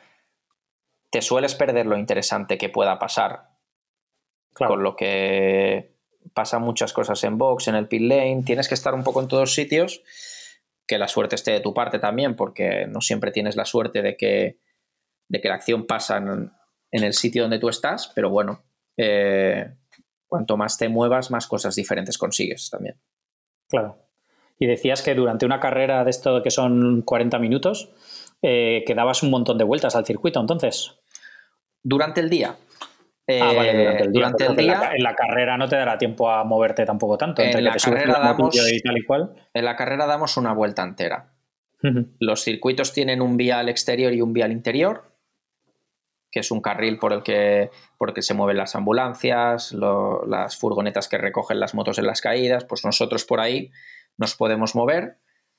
[SPEAKER 2] te sueles perder lo interesante que pueda pasar. Claro. Con lo que pasan muchas cosas en box, en el pit lane, tienes que estar un poco en todos sitios, que la suerte esté de tu parte también, porque no siempre tienes la suerte de que, de que la acción pasa en, en el sitio donde tú estás, pero bueno, eh, cuanto más te muevas, más cosas diferentes consigues también.
[SPEAKER 1] Claro. Y decías que durante una carrera de esto que son cuarenta minutos, eh, que dabas un montón de vueltas al circuito, entonces.
[SPEAKER 2] Durante el día.
[SPEAKER 1] Eh, ah, vale, durante el día.
[SPEAKER 2] Durante el día
[SPEAKER 1] en, la, en la carrera no te dará tiempo a moverte tampoco tanto. Entre
[SPEAKER 2] en
[SPEAKER 1] que
[SPEAKER 2] la
[SPEAKER 1] te
[SPEAKER 2] carrera damos,
[SPEAKER 1] y tal y cual.
[SPEAKER 2] En la carrera damos una vuelta entera. Uh-huh. Los circuitos tienen un vial exterior y un vial interior, que es un carril por el que, por el que se mueven las ambulancias, lo, las furgonetas que recogen las motos en las caídas, pues nosotros por ahí nos podemos mover.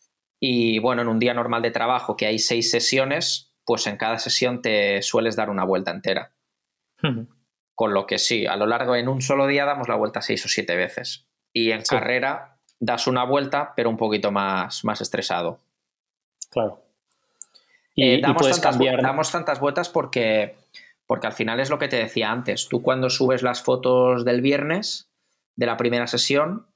[SPEAKER 2] Y bueno, en un día normal de trabajo que hay seis sesiones, pues en cada sesión te sueles dar una vuelta entera. Uh-huh. Con lo que sí, a lo largo en un solo día damos la vuelta seis o siete veces. Y en sí. Carrera das una vuelta, pero un poquito más, más estresado.
[SPEAKER 1] Claro.
[SPEAKER 2] Y, eh, damos, y puedes tantas, cambiar... damos tantas vueltas porque, porque al final es lo que te decía antes. Tú cuando subes las fotos del viernes, de la primera sesión,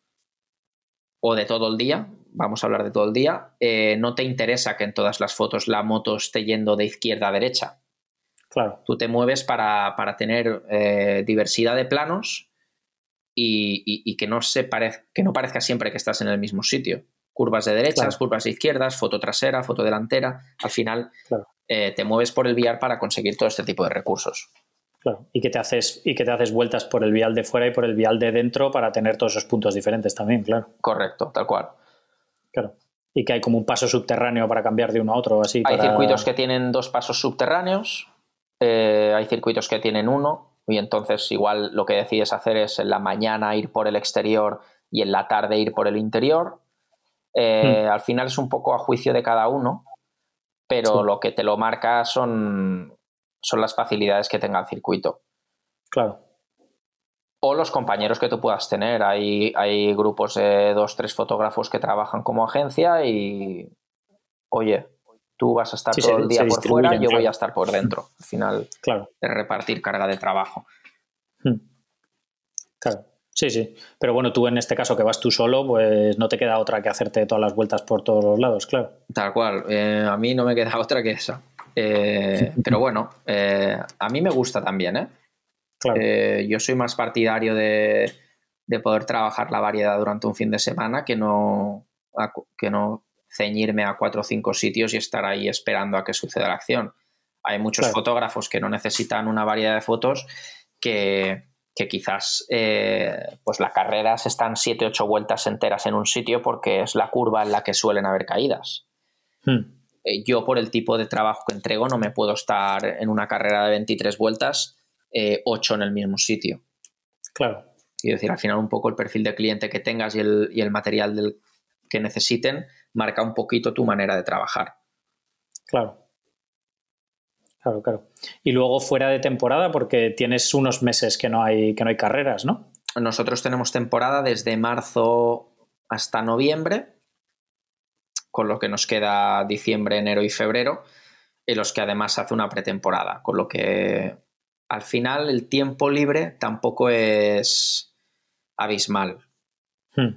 [SPEAKER 2] o de todo el día, vamos a hablar de todo el día, eh, no te interesa que en todas las fotos la moto esté yendo de izquierda a derecha.
[SPEAKER 1] Claro.
[SPEAKER 2] Tú te mueves para, para tener eh, diversidad de planos y, y, y que, no se parez, que no parezca siempre que estás en el mismo sitio. Curvas de derechas, claro. Curvas de izquierdas, foto trasera, foto delantera. Al final claro. eh, te mueves por el vial para conseguir todo este tipo de recursos.
[SPEAKER 1] Claro. Y que te haces, y que te haces vueltas por el vial de fuera y por el vial de dentro para tener todos esos puntos diferentes también, claro.
[SPEAKER 2] Correcto, tal cual.
[SPEAKER 1] Claro. Y que hay como un paso subterráneo para cambiar de uno a otro, así.
[SPEAKER 2] Hay
[SPEAKER 1] para...
[SPEAKER 2] circuitos que tienen dos pasos subterráneos. Eh, hay circuitos que tienen uno y entonces igual lo que decides hacer es en la mañana ir por el exterior y en la tarde ir por el interior. Eh, hmm. Al final es un poco a juicio de cada uno, pero sí. Lo que te lo marca son, son las facilidades que tenga el circuito.
[SPEAKER 1] Claro.
[SPEAKER 2] O los compañeros que tú puedas tener. Hay, hay grupos de dos, tres fotógrafos que trabajan como agencia y, oye, tú vas a estar sí, todo se, el día por fuera, yo claro. Voy a estar por dentro. Al final,
[SPEAKER 1] claro.
[SPEAKER 2] Es repartir carga de trabajo.
[SPEAKER 1] Hmm. Claro. Sí, sí. Pero bueno, tú en este caso que vas tú solo, pues no te queda otra que hacerte todas las vueltas por todos los lados, claro.
[SPEAKER 2] Tal cual. Eh, a mí no me queda otra que esa. Eh, pero bueno, eh, a mí me gusta también, ¿eh?
[SPEAKER 1] Claro.
[SPEAKER 2] Eh, yo soy más partidario de, de poder trabajar la variedad durante un fin de semana que no, a, que no ceñirme a cuatro o cinco sitios y estar ahí esperando a que suceda la acción. Hay muchos
[SPEAKER 1] Claro.
[SPEAKER 2] fotógrafos que no necesitan una variedad de fotos que, que quizás eh, pues las carreras están siete ocho vueltas enteras en un sitio porque es la curva en la que suelen haber caídas.
[SPEAKER 1] Hmm.
[SPEAKER 2] Eh, yo por el tipo de trabajo que entrego no me puedo estar en una carrera de veintitrés vueltas eh, ocho en el mismo sitio.
[SPEAKER 1] Claro.
[SPEAKER 2] Quiero decir, al final un poco el perfil de cliente que tengas y el, y el material del, que necesiten marca un poquito tu manera de trabajar.
[SPEAKER 1] Claro. Claro, claro. Y luego fuera de temporada, porque tienes unos meses que no hay, que no hay carreras, ¿no?
[SPEAKER 2] Nosotros tenemos temporada desde marzo hasta noviembre, con lo que nos queda diciembre, enero y febrero, en los que además se hace una pretemporada, con lo que al final el tiempo libre tampoco es abismal.
[SPEAKER 1] Hmm.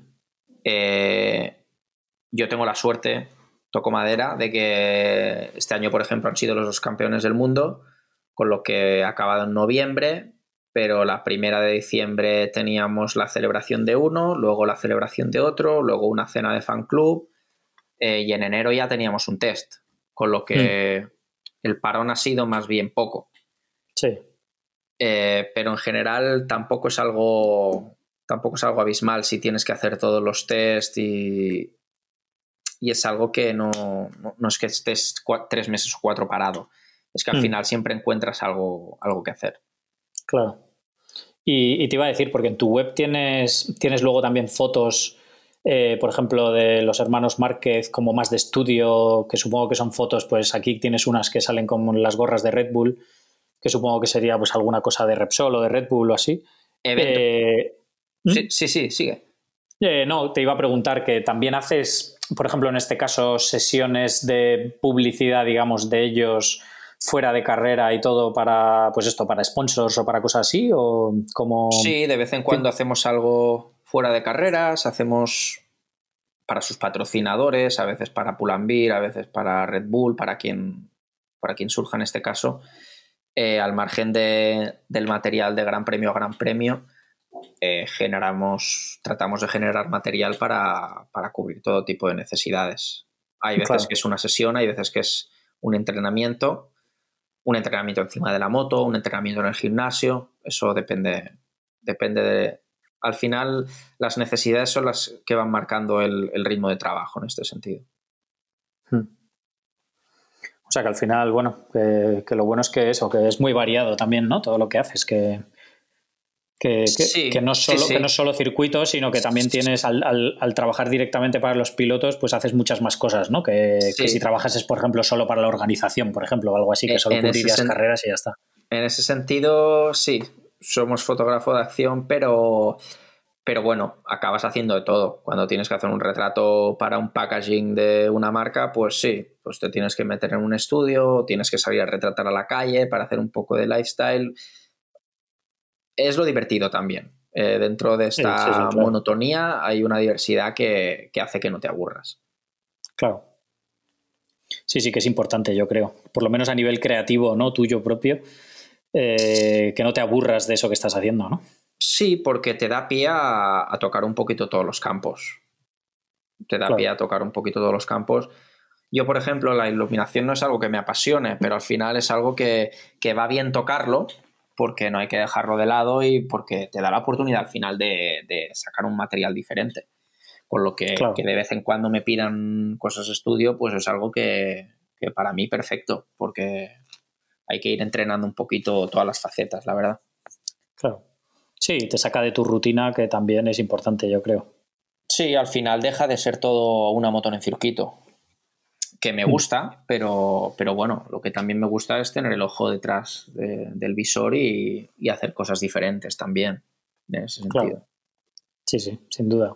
[SPEAKER 2] Eh, yo tengo la suerte, toco madera, de que este año, por ejemplo, han sido los dos campeones del mundo, con lo que ha acabado en noviembre, pero la primera de diciembre teníamos la celebración de uno, luego la celebración de otro, luego una cena de fan club, eh, y en enero ya teníamos un test, con lo que hmm. el parón ha sido más bien poco.
[SPEAKER 1] Sí.
[SPEAKER 2] Eh, pero en general tampoco es algo tampoco es algo abismal si tienes que hacer todos los test y, y es algo que no, no, no es que estés cuatro, tres meses o cuatro parado, es que al hmm. final siempre encuentras algo, algo que hacer.
[SPEAKER 1] Claro. Y, y te iba a decir, porque en tu web tienes, tienes luego también fotos, eh, por ejemplo, de los hermanos Márquez, como más de estudio, que supongo que son fotos, pues aquí tienes unas que salen como las gorras de Red Bull, que supongo que sería pues alguna cosa de Repsol o de Red Bull o así.
[SPEAKER 2] Evento.
[SPEAKER 1] Eh,
[SPEAKER 2] sí, sí, sí, sigue.
[SPEAKER 1] Eh, no, te iba a preguntar que también haces, por ejemplo, en este caso, sesiones de publicidad, digamos, de ellos fuera de carrera y todo para, pues esto, para sponsors o para cosas así, o como...
[SPEAKER 2] Sí, de vez en cuando ¿Sí? hacemos algo fuera de carreras, hacemos para sus patrocinadores, a veces para Pull&Bear, a veces para Red Bull, para quien, para quien surja en este caso, eh, al margen de, del material de Gran Premio a Gran Premio. Eh, generamos, tratamos de generar material para, para cubrir todo tipo de necesidades. Hay veces claro. que es una sesión, hay veces que es un entrenamiento, un entrenamiento encima de la moto, un entrenamiento en el gimnasio, eso depende, depende de... Al final, las necesidades son las que van marcando el, el ritmo de trabajo en este sentido.
[SPEAKER 1] Hmm. O sea que al final, bueno, que, que lo bueno es que eso, que es muy variado también, ¿no? Todo lo que haces, que... Que, que, sí, que, no solo, sí, sí. que no es solo circuitos, sino que también tienes, al, al, al trabajar directamente para los pilotos, pues haces muchas más cosas, ¿no? Que, sí. que si trabajas es, por ejemplo, solo para la organización, por ejemplo, o algo así, que solo en cubrirías carreras y ya está.
[SPEAKER 2] En ese sentido, sí, somos fotógrafo de acción, pero, pero bueno, acabas haciendo de todo. Cuando tienes que hacer un retrato para un packaging de una marca, pues sí, pues te tienes que meter en un estudio, tienes que salir a retratar a la calle para hacer un poco de lifestyle. Es lo divertido también. Eh, dentro de esta sí, sí, sí, claro. monotonía hay una diversidad que, que hace que no te aburras.
[SPEAKER 1] Claro. Sí, sí que es importante, yo creo. Por lo menos a nivel creativo, ¿no? Tuyo propio. Eh, que no te aburras de eso que estás haciendo, ¿no?
[SPEAKER 2] Sí, porque te da pie a, a tocar un poquito todos los campos. Te da claro. pie a tocar un poquito todos los campos. Yo, por ejemplo, la iluminación no es algo que me apasione, pero al final es algo que, que va bien tocarlo, porque no hay que dejarlo de lado y porque te da la oportunidad al final de, de sacar un material diferente. Por lo que, claro. que de vez en cuando me pidan cosas de estudio, pues es algo que, que para mí perfecto, porque hay que ir entrenando un poquito todas las facetas, la verdad.
[SPEAKER 1] Claro. Sí, te saca de tu rutina, que también es importante, yo creo.
[SPEAKER 2] Sí, al final deja de ser todo una moto en circuito. Que me gusta, pero, pero bueno, lo que también me gusta es tener el ojo detrás de, del visor y, y hacer cosas diferentes también, en ese sentido.
[SPEAKER 1] Claro. Sí, sí, sin duda.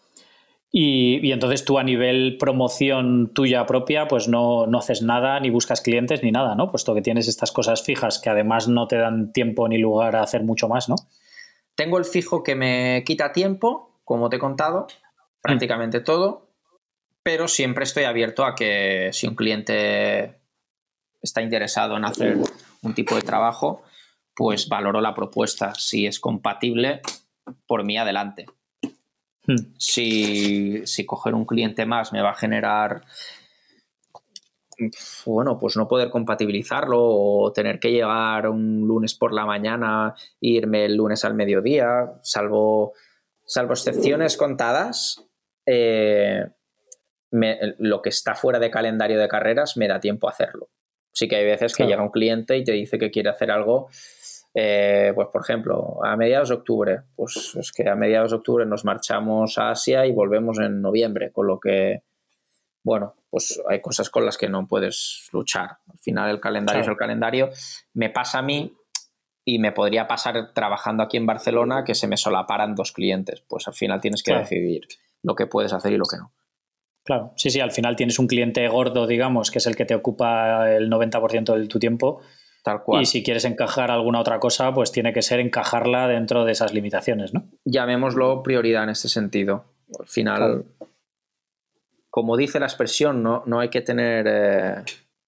[SPEAKER 1] Y, y entonces tú a nivel promoción tuya propia, pues no, no haces nada, ni buscas clientes, ni nada, ¿no? Puesto que tienes estas cosas fijas que además no te dan tiempo ni lugar a hacer mucho más, ¿no?
[SPEAKER 2] tengo el fijo que me quita tiempo, como te he contado, prácticamente mm. todo, pero siempre estoy abierto a que si un cliente está interesado en hacer un tipo de trabajo, pues valoro la propuesta. Si es compatible, por mí adelante. Hmm. Si, si coger un cliente más me va a generar, bueno, pues no poder compatibilizarlo o tener que llegar un lunes por la mañana e irme el lunes al mediodía, salvo, salvo excepciones contadas, eh, me, lo que está fuera de calendario de carreras me da tiempo a hacerlo. Sí que hay veces que claro. llega un cliente y te dice que quiere hacer algo, eh, pues por ejemplo, a mediados de octubre. Pues es que a mediados de octubre nos marchamos a Asia y volvemos en noviembre, con lo que, bueno, pues hay cosas con las que no puedes luchar. Al final el calendario claro. es el calendario. Me pasa a mí y me podría pasar trabajando aquí en Barcelona que se me solaparan dos clientes. Pues al final tienes que claro. decidir lo que puedes hacer y lo que no.
[SPEAKER 1] Claro, sí, sí, al final tienes un cliente gordo, digamos, que es el que te ocupa el noventa por ciento de tu tiempo.
[SPEAKER 2] Tal cual.
[SPEAKER 1] Y si quieres encajar alguna otra cosa, pues tiene que ser encajarla dentro de esas limitaciones, ¿no?
[SPEAKER 2] Llamémoslo prioridad en este sentido. Al final, claro. como dice la expresión, no, no hay que tener... Eh...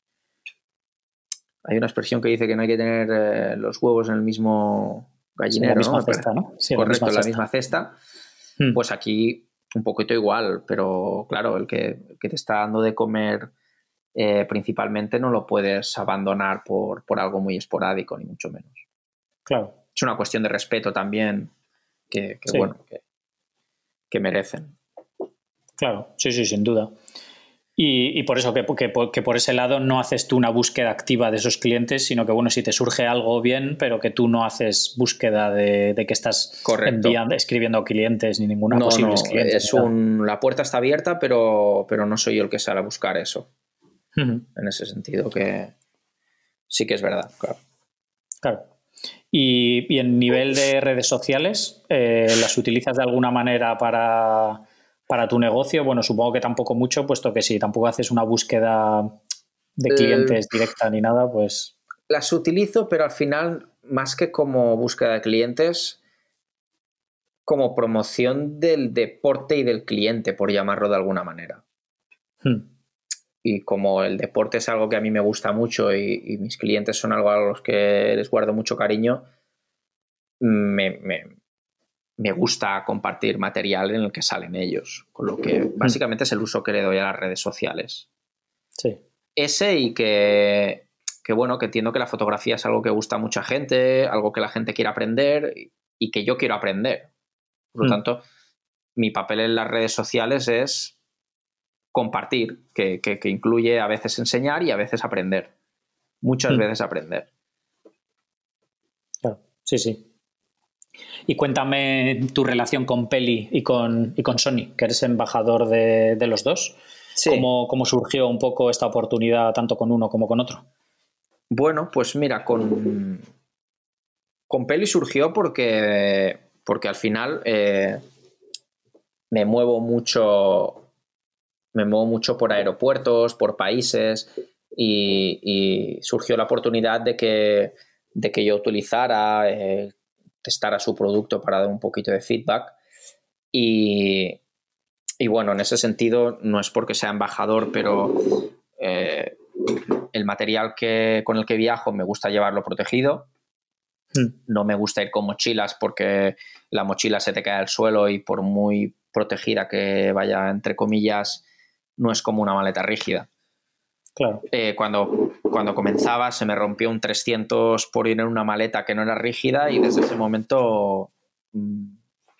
[SPEAKER 2] Hay una expresión que dice que no hay que tener eh, los huevos en el mismo gallinero,
[SPEAKER 1] sí, en la misma
[SPEAKER 2] ¿no?
[SPEAKER 1] cesta, ¿no? Sí,
[SPEAKER 2] correcto,
[SPEAKER 1] en
[SPEAKER 2] la misma cesta.
[SPEAKER 1] En la misma cesta. Hmm.
[SPEAKER 2] Pues aquí un poquito igual, pero claro, el que, el que te está dando de comer eh, principalmente no lo puedes abandonar por, por algo muy esporádico, ni mucho menos.
[SPEAKER 1] Claro.
[SPEAKER 2] Es una cuestión de respeto también que, que sí. bueno, que, que merecen.
[SPEAKER 1] Claro, sí, sí, sin duda. Y, y por eso que, que, que por ese lado no haces tú una búsqueda activa de esos clientes, sino que, bueno, si te surge algo bien, pero que tú no haces búsqueda de, de que estás enviando, escribiendo a clientes ni ninguna
[SPEAKER 2] no,
[SPEAKER 1] posibles
[SPEAKER 2] no,
[SPEAKER 1] clientes.
[SPEAKER 2] Es un, la puerta está abierta, pero, pero no soy yo el que sale a buscar eso. Uh-huh. En ese sentido que sí que es verdad, claro.
[SPEAKER 1] Claro. Y, y en nivel de redes sociales, eh, ¿las utilizas de alguna manera para... para tu negocio? Bueno, supongo que tampoco mucho, puesto que si tampoco haces una búsqueda de clientes eh, directa ni nada, pues...
[SPEAKER 2] Las utilizo, pero al final, más que como búsqueda de clientes, como promoción del deporte y del cliente, por llamarlo de alguna manera. Hmm. Y como el deporte es algo que a mí me gusta mucho y, y mis clientes son algo a los que les guardo mucho cariño, me... me me gusta compartir material en el que salen ellos, con lo que básicamente es el uso que le doy a las redes sociales.
[SPEAKER 1] Sí.
[SPEAKER 2] Ese y que, que bueno, que entiendo que la fotografía es algo que gusta a mucha gente, algo que la gente quiere aprender y que yo quiero aprender. Por lo mm. tanto, mi papel en las redes sociales es compartir, que, que, que incluye a veces enseñar y a veces aprender. Muchas mm. veces aprender.
[SPEAKER 1] Claro, sí, sí. Y cuéntame tu relación con Peli y con, y con Sony, que eres embajador de, de los dos. Sí. ¿Cómo, ¿Cómo surgió un poco esta oportunidad tanto con uno como con otro?
[SPEAKER 2] Bueno, pues mira, con, con Peli surgió porque, porque al final eh, me muevo mucho, me muevo mucho por aeropuertos, por países y, y surgió la oportunidad de que, de que yo utilizara... Eh, testar su producto para dar un poquito de feedback y, y bueno, en ese sentido no es porque sea embajador, pero eh, el material que, con el que viajo me gusta llevarlo protegido. Mm. No me gusta ir con mochilas porque la mochila se te cae al suelo y por muy protegida que vaya, entre comillas, no es como una maleta rígida.
[SPEAKER 1] Claro.
[SPEAKER 2] Eh, cuando, cuando comenzaba se me rompió un trescientos por ir en una maleta que no era rígida y desde ese momento mmm,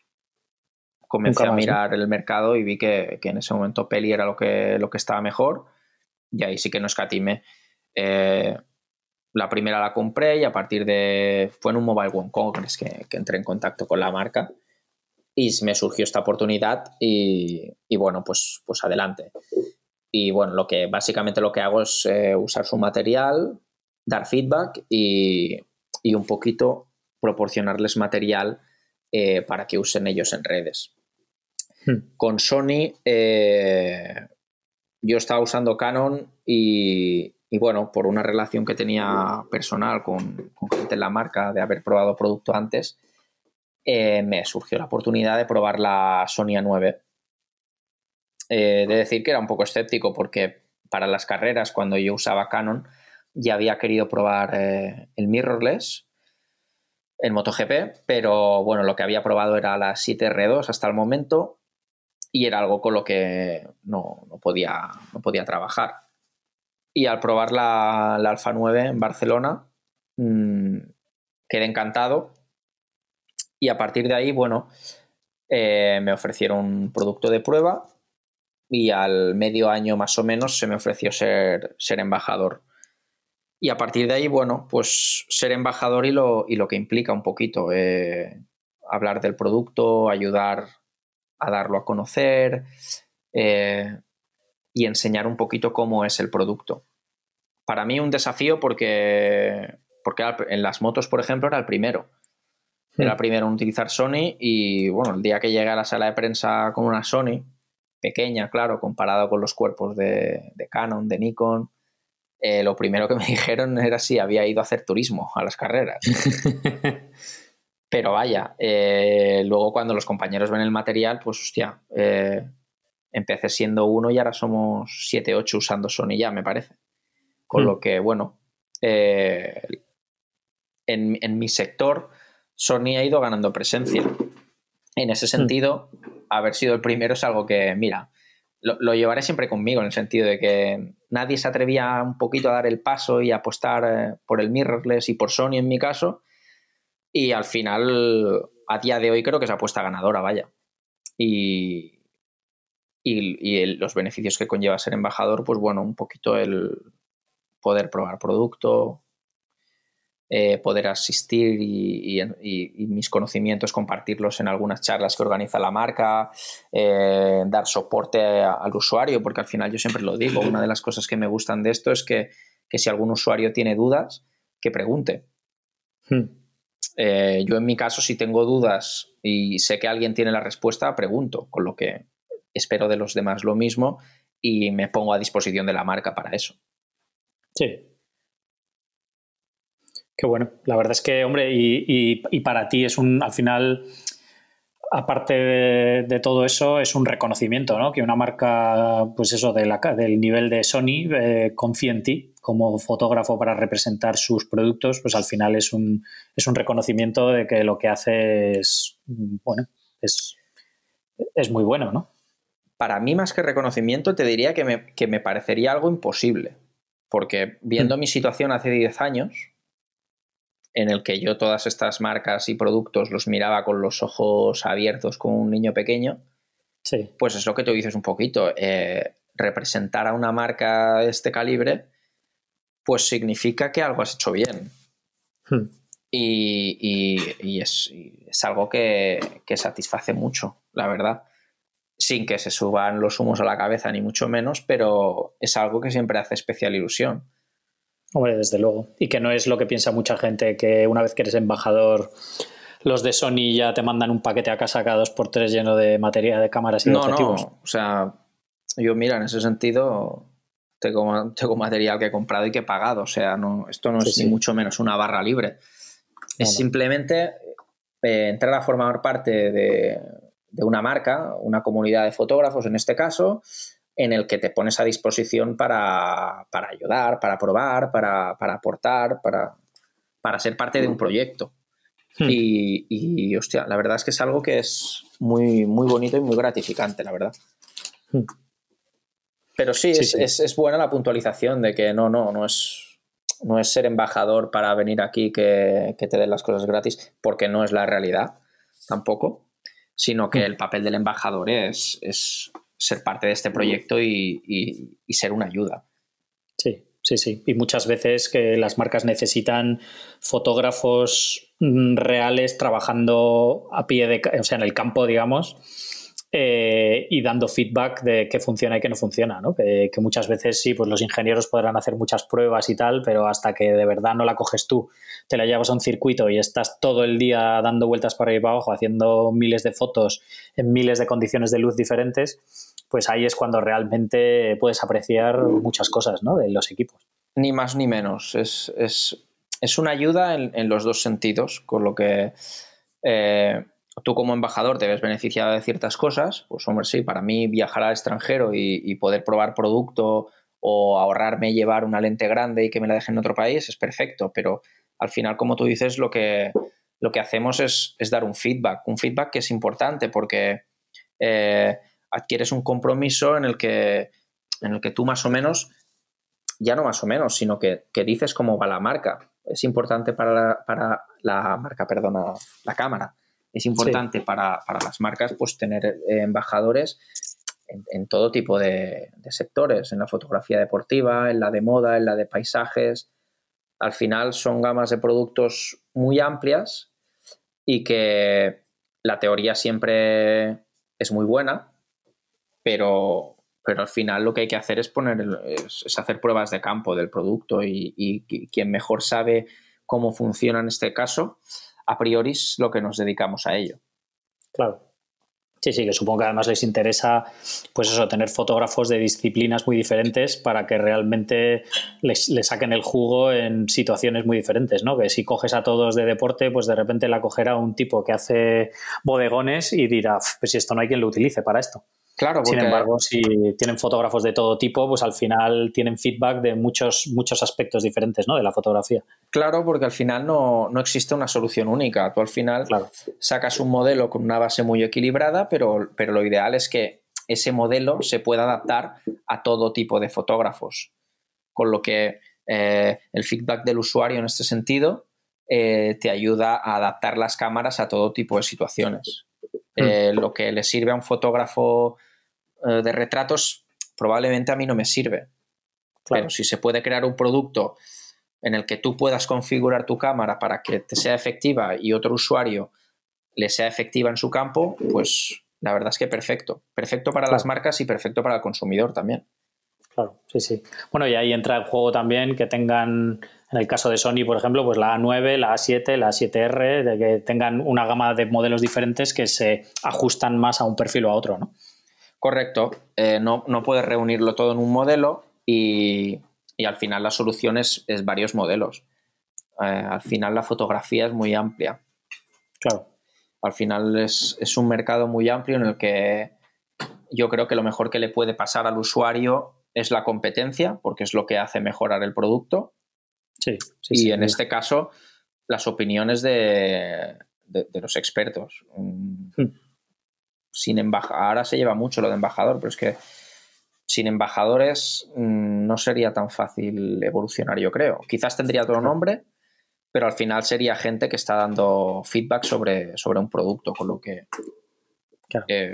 [SPEAKER 2] comencé más, a mirar ¿no? el mercado y vi que, que en ese momento Peli era lo que, lo que estaba mejor y ahí sí que no escatimé. Eh, la primera la compré y a partir de... fue en un Mobile World Congress que, que entré en contacto con la marca y me surgió esta oportunidad y, y bueno, pues, pues adelante. Y bueno, lo que básicamente lo que hago es eh, usar su material, dar feedback y, y un poquito proporcionarles material eh, para que usen ellos en redes. Hmm. Con Sony eh, yo estaba usando Canon y, y bueno, por una relación que tenía personal con, con gente en la marca de haber probado producto antes, eh, me surgió la oportunidad de probar la Sony A nueve. Eh, de decir que era un poco escéptico porque para las carreras, cuando yo usaba Canon, ya había querido probar eh, el mirrorless en MotoGP, pero bueno, lo que había probado era la siete R dos hasta el momento y era algo con lo que no, no, podía, no podía trabajar. Y al probar la, la Alpha nueve en Barcelona, mmm, quedé encantado y a partir de ahí, bueno, eh, me ofrecieron un producto de prueba y al medio año más o menos se me ofreció ser, ser embajador. Y a partir de ahí, bueno, pues ser embajador y lo, y lo que implica un poquito, eh, hablar del producto, ayudar a darlo a conocer eh, y enseñar un poquito cómo es el producto. Para mí un desafío porque, porque en las motos, por ejemplo, era el primero. Era el primero en utilizar Sony y, bueno, el día que llegué a la sala de prensa con una Sony, pequeña, claro, comparado con los cuerpos de, de Canon, de Nikon, eh, lo primero que me dijeron era si había ido a hacer turismo a las carreras. Pero vaya, eh, luego cuando los compañeros ven el material, pues hostia, eh, empecé siendo uno y ahora somos siete, ocho usando Sony ya, me parece. Con mm. lo que, bueno, eh, en, en mi sector, Sony ha ido ganando presencia. En ese sentido, mm. haber sido el primero es algo que, mira, lo, lo llevaré siempre conmigo, en el sentido de que nadie se atrevía un poquito a dar el paso y a apostar eh, por el mirrorless y por Sony en mi caso. Y al final, a día de hoy, creo que es apuesta ganadora, vaya. Y, y, y el, los beneficios que conlleva ser embajador, pues bueno, un poquito el poder probar producto, eh, poder asistir y, y, y, y mis conocimientos compartirlos en algunas charlas que organiza la marca, eh, dar soporte a, al usuario, porque al final yo siempre lo digo, una de las cosas que me gustan de esto es que, que si algún usuario tiene dudas, que pregunte. Hmm. Eh, yo en mi caso, si tengo dudas y sé que alguien tiene la respuesta, pregunto, con lo que espero de los demás lo mismo y me pongo a disposición de la marca para eso.
[SPEAKER 1] Sí. Qué bueno. La verdad es que, hombre, y, y, y para ti es un, al final, aparte de, de todo eso, es un reconocimiento, ¿no? Que una marca, pues eso, de la, del nivel de Sony eh, confíe en ti como fotógrafo para representar sus productos, pues al final es un, es un reconocimiento de que lo que hace es, bueno, es, es muy bueno, ¿no?
[SPEAKER 2] Para mí, más que reconocimiento, te diría que me, que me parecería algo imposible. Porque viendo mm. mi situación hace diez años, en el que yo todas estas marcas y productos los miraba con los ojos abiertos como un niño pequeño,
[SPEAKER 1] sí.
[SPEAKER 2] Pues es lo que tú dices un poquito. Eh, representar a una marca de este calibre, pues significa que algo has hecho bien. Hmm. Y, y, y, es, y es algo que, que satisface mucho, la verdad. Sin que se suban los humos a la cabeza, ni mucho menos, pero es algo que siempre hace especial ilusión.
[SPEAKER 1] Hombre, desde luego. Y que no es lo que piensa mucha gente, que una vez que eres embajador, los de Sony ya te mandan un paquete a casa cada dos por tres lleno de material de cámaras y
[SPEAKER 2] no,
[SPEAKER 1] de objetivos.
[SPEAKER 2] No, o sea, yo mira, en ese sentido tengo, tengo material que he comprado y que he pagado. O sea, no, esto no sí, es sí. ni mucho menos una barra libre. No, es no. simplemente eh, entrar a formar parte de, de una marca, una comunidad de fotógrafos en este caso, en el que te pones a disposición para, para ayudar, para probar, para, para aportar, para, para ser parte de un proyecto. Hmm. Y, y, hostia, la verdad es que es algo que es muy, muy bonito y muy gratificante, la verdad. Hmm. Pero sí, sí, es, sí. Es, es buena la puntualización de que no, no, no es, no es ser embajador para venir aquí que, que te den las cosas gratis, porque no es la realidad tampoco, sino que hmm. el papel del embajador es... es ser parte de este proyecto y, y, y ser una ayuda.
[SPEAKER 1] Sí, sí, sí. Y muchas veces que las marcas necesitan fotógrafos reales trabajando a pie de, o sea, en el campo, digamos, eh, y dando feedback de qué funciona y qué no funciona, ¿no? Que, que muchas veces sí, pues los ingenieros podrán hacer muchas pruebas y tal, pero hasta que de verdad no la coges tú, te la llevas a un circuito y estás todo el día dando vueltas para arriba y para abajo, haciendo miles de fotos en miles de condiciones de luz diferentes, pues ahí es cuando realmente puedes apreciar muchas cosas, ¿no? De los equipos.
[SPEAKER 2] Ni más ni menos. Es, es, es una ayuda en, en los dos sentidos, con lo que eh, tú como embajador te ves beneficiado de ciertas cosas, pues hombre, sí, para mí viajar al extranjero y, y poder probar producto o ahorrarme llevar una lente grande y que me la dejen en otro país es perfecto, pero al final, como tú dices, lo que, lo que hacemos es, es dar un feedback, un feedback que es importante porque eh, adquieres un compromiso en el que, en el que tú más o menos, ya no más o menos, sino que, que dices cómo va la marca. Es importante para la, para la marca, perdona, la cámara. Es importante sí. para, para las marcas pues tener eh, embajadores en, en todo tipo de, de sectores, en la fotografía deportiva, en la de moda, en la de paisajes. Al final son gamas de productos muy amplias y que la teoría siempre es muy buena, pero, pero al final lo que hay que hacer es, poner, es, es hacer pruebas de campo del producto y, y, y quien mejor sabe cómo funciona en este caso, a priori es lo que nos dedicamos a ello.
[SPEAKER 1] Claro. Sí, sí, que supongo que además les interesa, pues eso, tener fotógrafos de disciplinas muy diferentes para que realmente les, les saquen el jugo en situaciones muy diferentes, ¿no? Que si coges a todos de deporte, pues de repente la cogerá un tipo que hace bodegones y dirá, pues si esto no hay quien lo utilice para esto.
[SPEAKER 2] Claro, porque...
[SPEAKER 1] Sin embargo, si tienen fotógrafos de todo tipo, pues al final tienen feedback de muchos, muchos aspectos diferentes, ¿no? De la fotografía.
[SPEAKER 2] Claro, porque al final no, no existe una solución única. Tú al final claro. sacas un modelo con una base muy equilibrada, pero, pero lo ideal es que ese modelo se pueda adaptar a todo tipo de fotógrafos. Con lo que eh, el feedback del usuario en este sentido eh, te ayuda a adaptar las cámaras a todo tipo de situaciones. Hmm. Eh, lo que le sirve a un fotógrafo eh, de retratos probablemente a mí no me sirve. Claro. Pero si se puede crear un producto en el que tú puedas configurar tu cámara para que te sea efectiva y otro usuario le sea efectiva en su campo, pues la verdad es que perfecto. Perfecto para claro. las marcas y perfecto para el consumidor también.
[SPEAKER 1] Claro, sí, sí. Bueno, y ahí entra en juego también que tengan, en el caso de Sony, por ejemplo, pues la A nueve, la A siete, la A siete R, de que tengan una gama de modelos diferentes que se ajustan más a un perfil o a otro, ¿no?
[SPEAKER 2] Correcto. Eh, no, no puedes reunirlo todo en un modelo y... Y al final la solución es, es varios modelos. Eh, al final la fotografía es muy amplia.
[SPEAKER 1] Claro.
[SPEAKER 2] Al final es, es un mercado muy amplio en el que yo creo que lo mejor que le puede pasar al usuario es la competencia, porque es lo que hace mejorar el producto.
[SPEAKER 1] Sí, sí,
[SPEAKER 2] y
[SPEAKER 1] sí,
[SPEAKER 2] en
[SPEAKER 1] mira.
[SPEAKER 2] este caso, las opiniones de, de, de los expertos. Hmm. Sin embajador. Ahora se lleva mucho lo de embajador, pero es que sin embajadores mmm, no sería tan fácil evolucionar, yo creo. Quizás tendría otro nombre, pero al final sería gente que está dando feedback sobre, sobre un producto, con lo que claro. eh,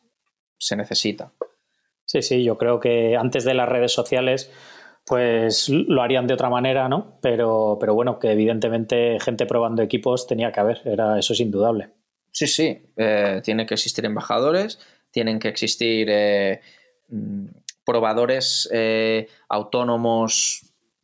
[SPEAKER 2] se necesita.
[SPEAKER 1] Sí, sí, yo creo que antes de las redes sociales pues lo harían de otra manera, ¿no? Pero, pero bueno, que evidentemente gente probando equipos tenía que haber, era, eso es indudable.
[SPEAKER 2] Sí, sí, eh, tienen que existir embajadores, tienen que existir... Eh, probadores eh, autónomos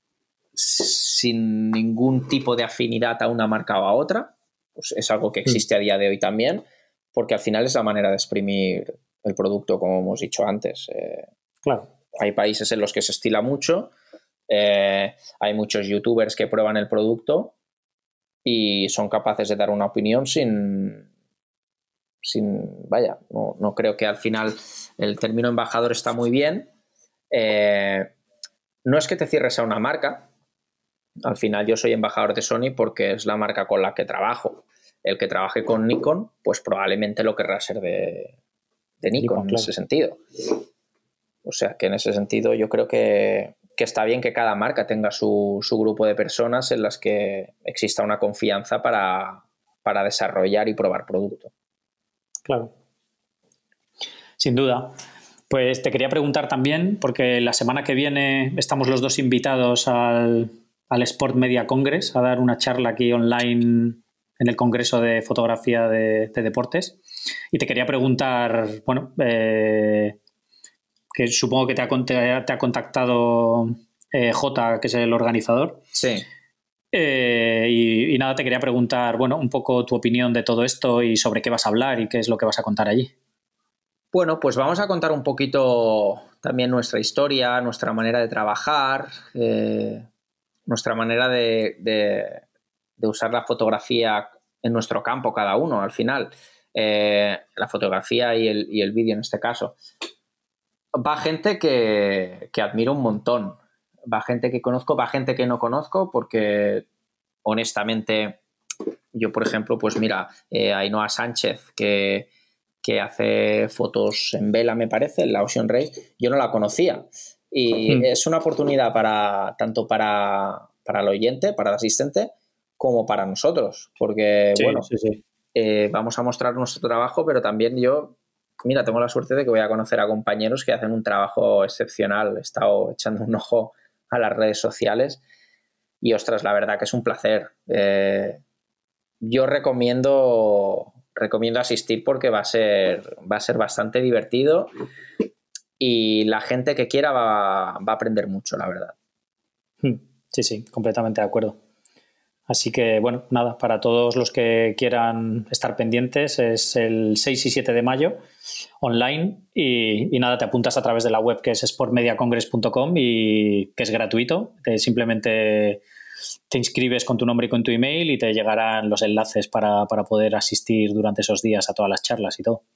[SPEAKER 2] sin ningún tipo de afinidad a una marca o a otra, pues es algo que existe a día de hoy también, porque al final es la manera de exprimir el producto, como hemos dicho antes. Eh,
[SPEAKER 1] claro.
[SPEAKER 2] Hay países en los que se estila mucho, eh, hay muchos youtubers que prueban el producto y son capaces de dar una opinión sin... sin vaya, no, no creo que al final el término embajador está muy bien. Eh, no es que te cierres a una marca. Al final yo soy embajador de Sony porque es la marca con la que trabajo. El que trabaje con Nikon, pues probablemente lo querrá ser de, de Nikon, Nikon en claro. ese sentido. O sea que en ese sentido yo creo que, que está bien que cada marca tenga su, su grupo de personas en las que exista una confianza para, para desarrollar y probar producto.
[SPEAKER 1] Claro. Sin duda. Pues te quería preguntar también, porque la semana que viene estamos los dos invitados al, al Sport Media Congress a dar una charla aquí online en el Congreso de Fotografía de, de Deportes. Y te quería preguntar, bueno, eh, que supongo que te ha, te ha contactado eh, J, que es el organizador.
[SPEAKER 2] Sí.
[SPEAKER 1] Eh, y, y nada, te quería preguntar, bueno, un poco tu opinión de todo esto y sobre qué vas a hablar y qué es lo que vas a contar allí.
[SPEAKER 2] Bueno, pues vamos a contar un poquito también nuestra historia, nuestra manera de trabajar, eh, nuestra manera de, de, de usar la fotografía en nuestro campo cada uno, al final, eh, la fotografía y el, y el vídeo en este caso. Va gente que, que admiro un montón, va gente que conozco, va gente que no conozco, porque honestamente yo, por ejemplo, pues mira, eh, Ainhoa Sánchez, que, que hace fotos en vela, me parece, en la Ocean Race, yo no la conocía. Y mm. es una oportunidad para tanto para, para el oyente, para el asistente, como para nosotros. Porque,
[SPEAKER 1] sí,
[SPEAKER 2] bueno,
[SPEAKER 1] sí, sí.
[SPEAKER 2] Eh, vamos a mostrar nuestro trabajo, pero también yo, mira, tengo la suerte de que voy a conocer a compañeros que hacen un trabajo excepcional. He estado echando un ojo a las redes sociales y, ostras, la verdad que es un placer. Eh, yo recomiendo, recomiendo asistir porque va a ser, va a ser bastante divertido. Y la gente que quiera va, va a aprender mucho, la verdad.
[SPEAKER 1] Sí, sí, completamente de acuerdo. Así que, bueno, nada, para todos los que quieran estar pendientes, es el seis y siete de mayo, online, y, y nada, te apuntas a través de la web que es sportmediacongress punto com y que es gratuito. Te, simplemente te inscribes con tu nombre y con tu email y te llegarán los enlaces para, para poder asistir durante esos días a todas las charlas y todo.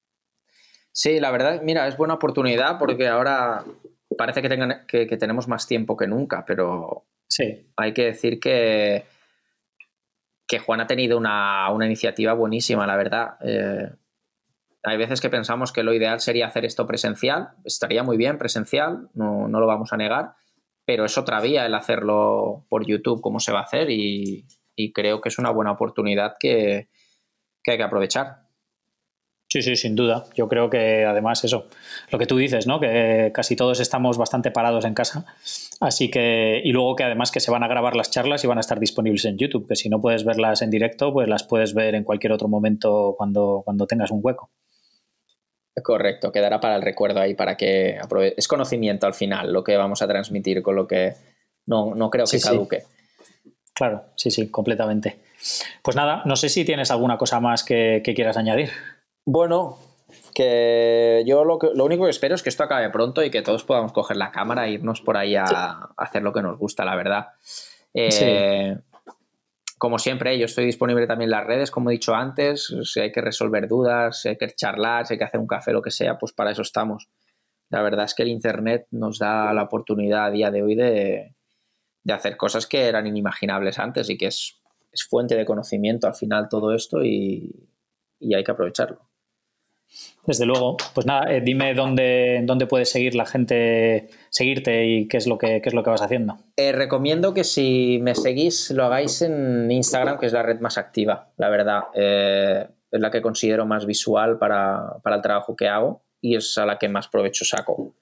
[SPEAKER 2] Sí, la verdad, mira, es buena oportunidad porque ahora parece que, tengan, que, que tenemos más tiempo que nunca, pero
[SPEAKER 1] sí.
[SPEAKER 2] Hay que decir que, que Juan ha tenido una, una iniciativa buenísima, la verdad. Eh, hay veces que pensamos que lo ideal sería hacer esto presencial, estaría muy bien presencial, no, no lo vamos a negar, pero es otra vía el hacerlo por YouTube, cómo se va a hacer, y, y creo que es una buena oportunidad que, que hay que aprovechar.
[SPEAKER 1] Sí, sí, sin duda. Yo creo que además eso, lo que tú dices, ¿no? Que casi todos estamos bastante parados en casa, así que, y luego que además que se van a grabar las charlas y van a estar disponibles en YouTube, que si no puedes verlas en directo, pues las puedes ver en cualquier otro momento cuando, cuando tengas un hueco.
[SPEAKER 2] Correcto, quedará para el recuerdo ahí, para que aprove- es conocimiento al final lo que vamos a transmitir, con lo que no, no creo que
[SPEAKER 1] sí,
[SPEAKER 2] caduque.
[SPEAKER 1] Sí. Claro, sí, sí, completamente. Pues nada, no sé si tienes alguna cosa más que, que quieras añadir.
[SPEAKER 2] Bueno, que yo lo, que, lo único que espero es que esto acabe pronto y que todos podamos coger la cámara e irnos por ahí a, sí. a hacer lo que nos gusta, la verdad. Eh, sí. Como siempre, yo estoy disponible también en las redes, como he dicho antes. Si hay que resolver dudas, si hay que charlar, si hay que hacer un café, lo que sea, pues para eso estamos. La verdad es que el Internet nos da la oportunidad a día de hoy de, de hacer cosas que eran inimaginables antes, y que es, es fuente de conocimiento al final todo esto, y, y hay que aprovecharlo.
[SPEAKER 1] Desde luego. Pues nada, eh, dime dónde, dónde puede seguir la gente, seguirte y qué es lo que, qué es lo que vas haciendo.
[SPEAKER 2] Eh, recomiendo que si me seguís lo hagáis en Instagram, que es la red más activa, la verdad. Eh, es la que considero más visual para, para el trabajo que hago y es a la que más provecho saco.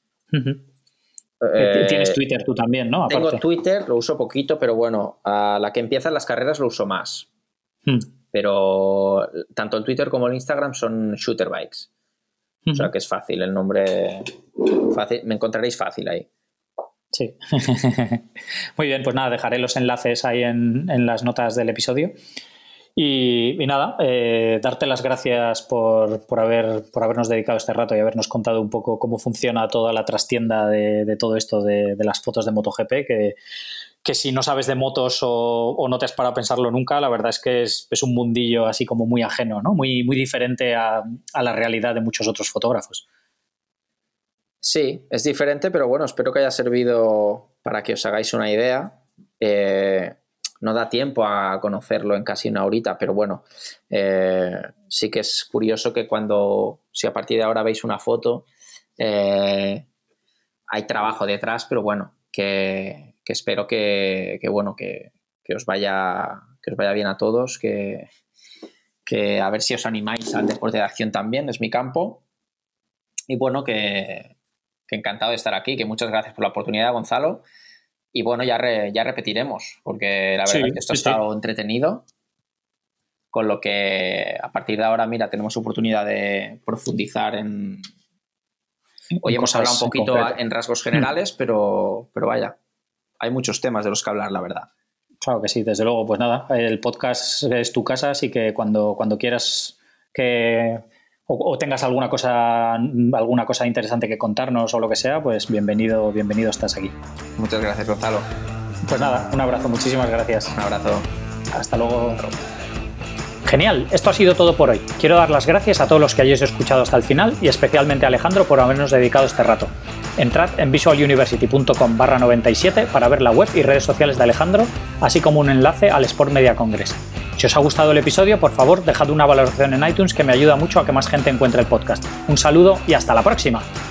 [SPEAKER 1] Uh-huh. Eh, Tienes Twitter tú también, ¿no?
[SPEAKER 2] Tengo
[SPEAKER 1] Aparte.
[SPEAKER 2] Twitter, lo uso poquito, pero bueno, a la que empiezan las carreras lo uso más. Hmm. Pero tanto el Twitter como el Instagram son Shooter Bikes. Uh-huh. O sea que es fácil, el nombre fácil, me encontraréis fácil ahí.
[SPEAKER 1] Sí. Muy bien, pues nada, dejaré los enlaces ahí en, en las notas del episodio. Y, y nada, eh, darte las gracias por, por, haber, por habernos dedicado este rato y habernos contado un poco cómo funciona toda la trastienda de, de todo esto de, de las fotos de MotoGP, que, que si no sabes de motos o, o no te has parado a pensarlo nunca, la verdad es que es, es un mundillo así como muy ajeno, ¿no? Muy, muy diferente a, a la realidad de muchos otros fotógrafos.
[SPEAKER 2] Sí, es diferente, pero bueno, espero que haya servido para que os hagáis una idea. Eh, no da tiempo a conocerlo en casi una horita, pero bueno, eh, sí que es curioso que cuando, si a partir de ahora veis una foto, eh, hay trabajo detrás, pero bueno, que, que espero que, que bueno, que, que os vaya, que os vaya bien a todos, que, que a ver si os animáis al deporte de acción también, es mi campo. Y bueno, que, que encantado de estar aquí, que muchas gracias por la oportunidad, Gonzalo. Y bueno, ya, re, ya repetiremos, porque la verdad sí, es que esto sí, ha estado sí. entretenido, con lo que a partir de ahora, mira, tenemos oportunidad de profundizar en... Hoy en hemos hablado un poquito en, en rasgos generales, mm. pero, pero vaya, hay muchos temas de los que hablar, la verdad.
[SPEAKER 1] Claro que sí, desde luego. Pues nada, el podcast es tu casa, así que cuando, cuando quieras que... O, o tengas alguna cosa alguna cosa interesante que contarnos o lo que sea, pues bienvenido, bienvenido estás aquí.
[SPEAKER 2] Muchas gracias, Gonzalo.
[SPEAKER 1] Pues nada, un abrazo, muchísimas gracias.
[SPEAKER 2] Un abrazo.
[SPEAKER 1] Hasta luego.
[SPEAKER 2] Hasta luego.
[SPEAKER 1] Genial, esto ha sido todo por hoy. Quiero dar las gracias a todos los que hayáis escuchado hasta el final y especialmente a Alejandro por habernos dedicado este rato. Entrad en visualuniversity.com barra 97 para ver la web y redes sociales de Alejandro, así como un enlace al Sport Media Congress. Si os ha gustado el episodio, por favor, dejad una valoración en iTunes que me ayuda mucho a que más gente encuentre el podcast. Un saludo y hasta la próxima.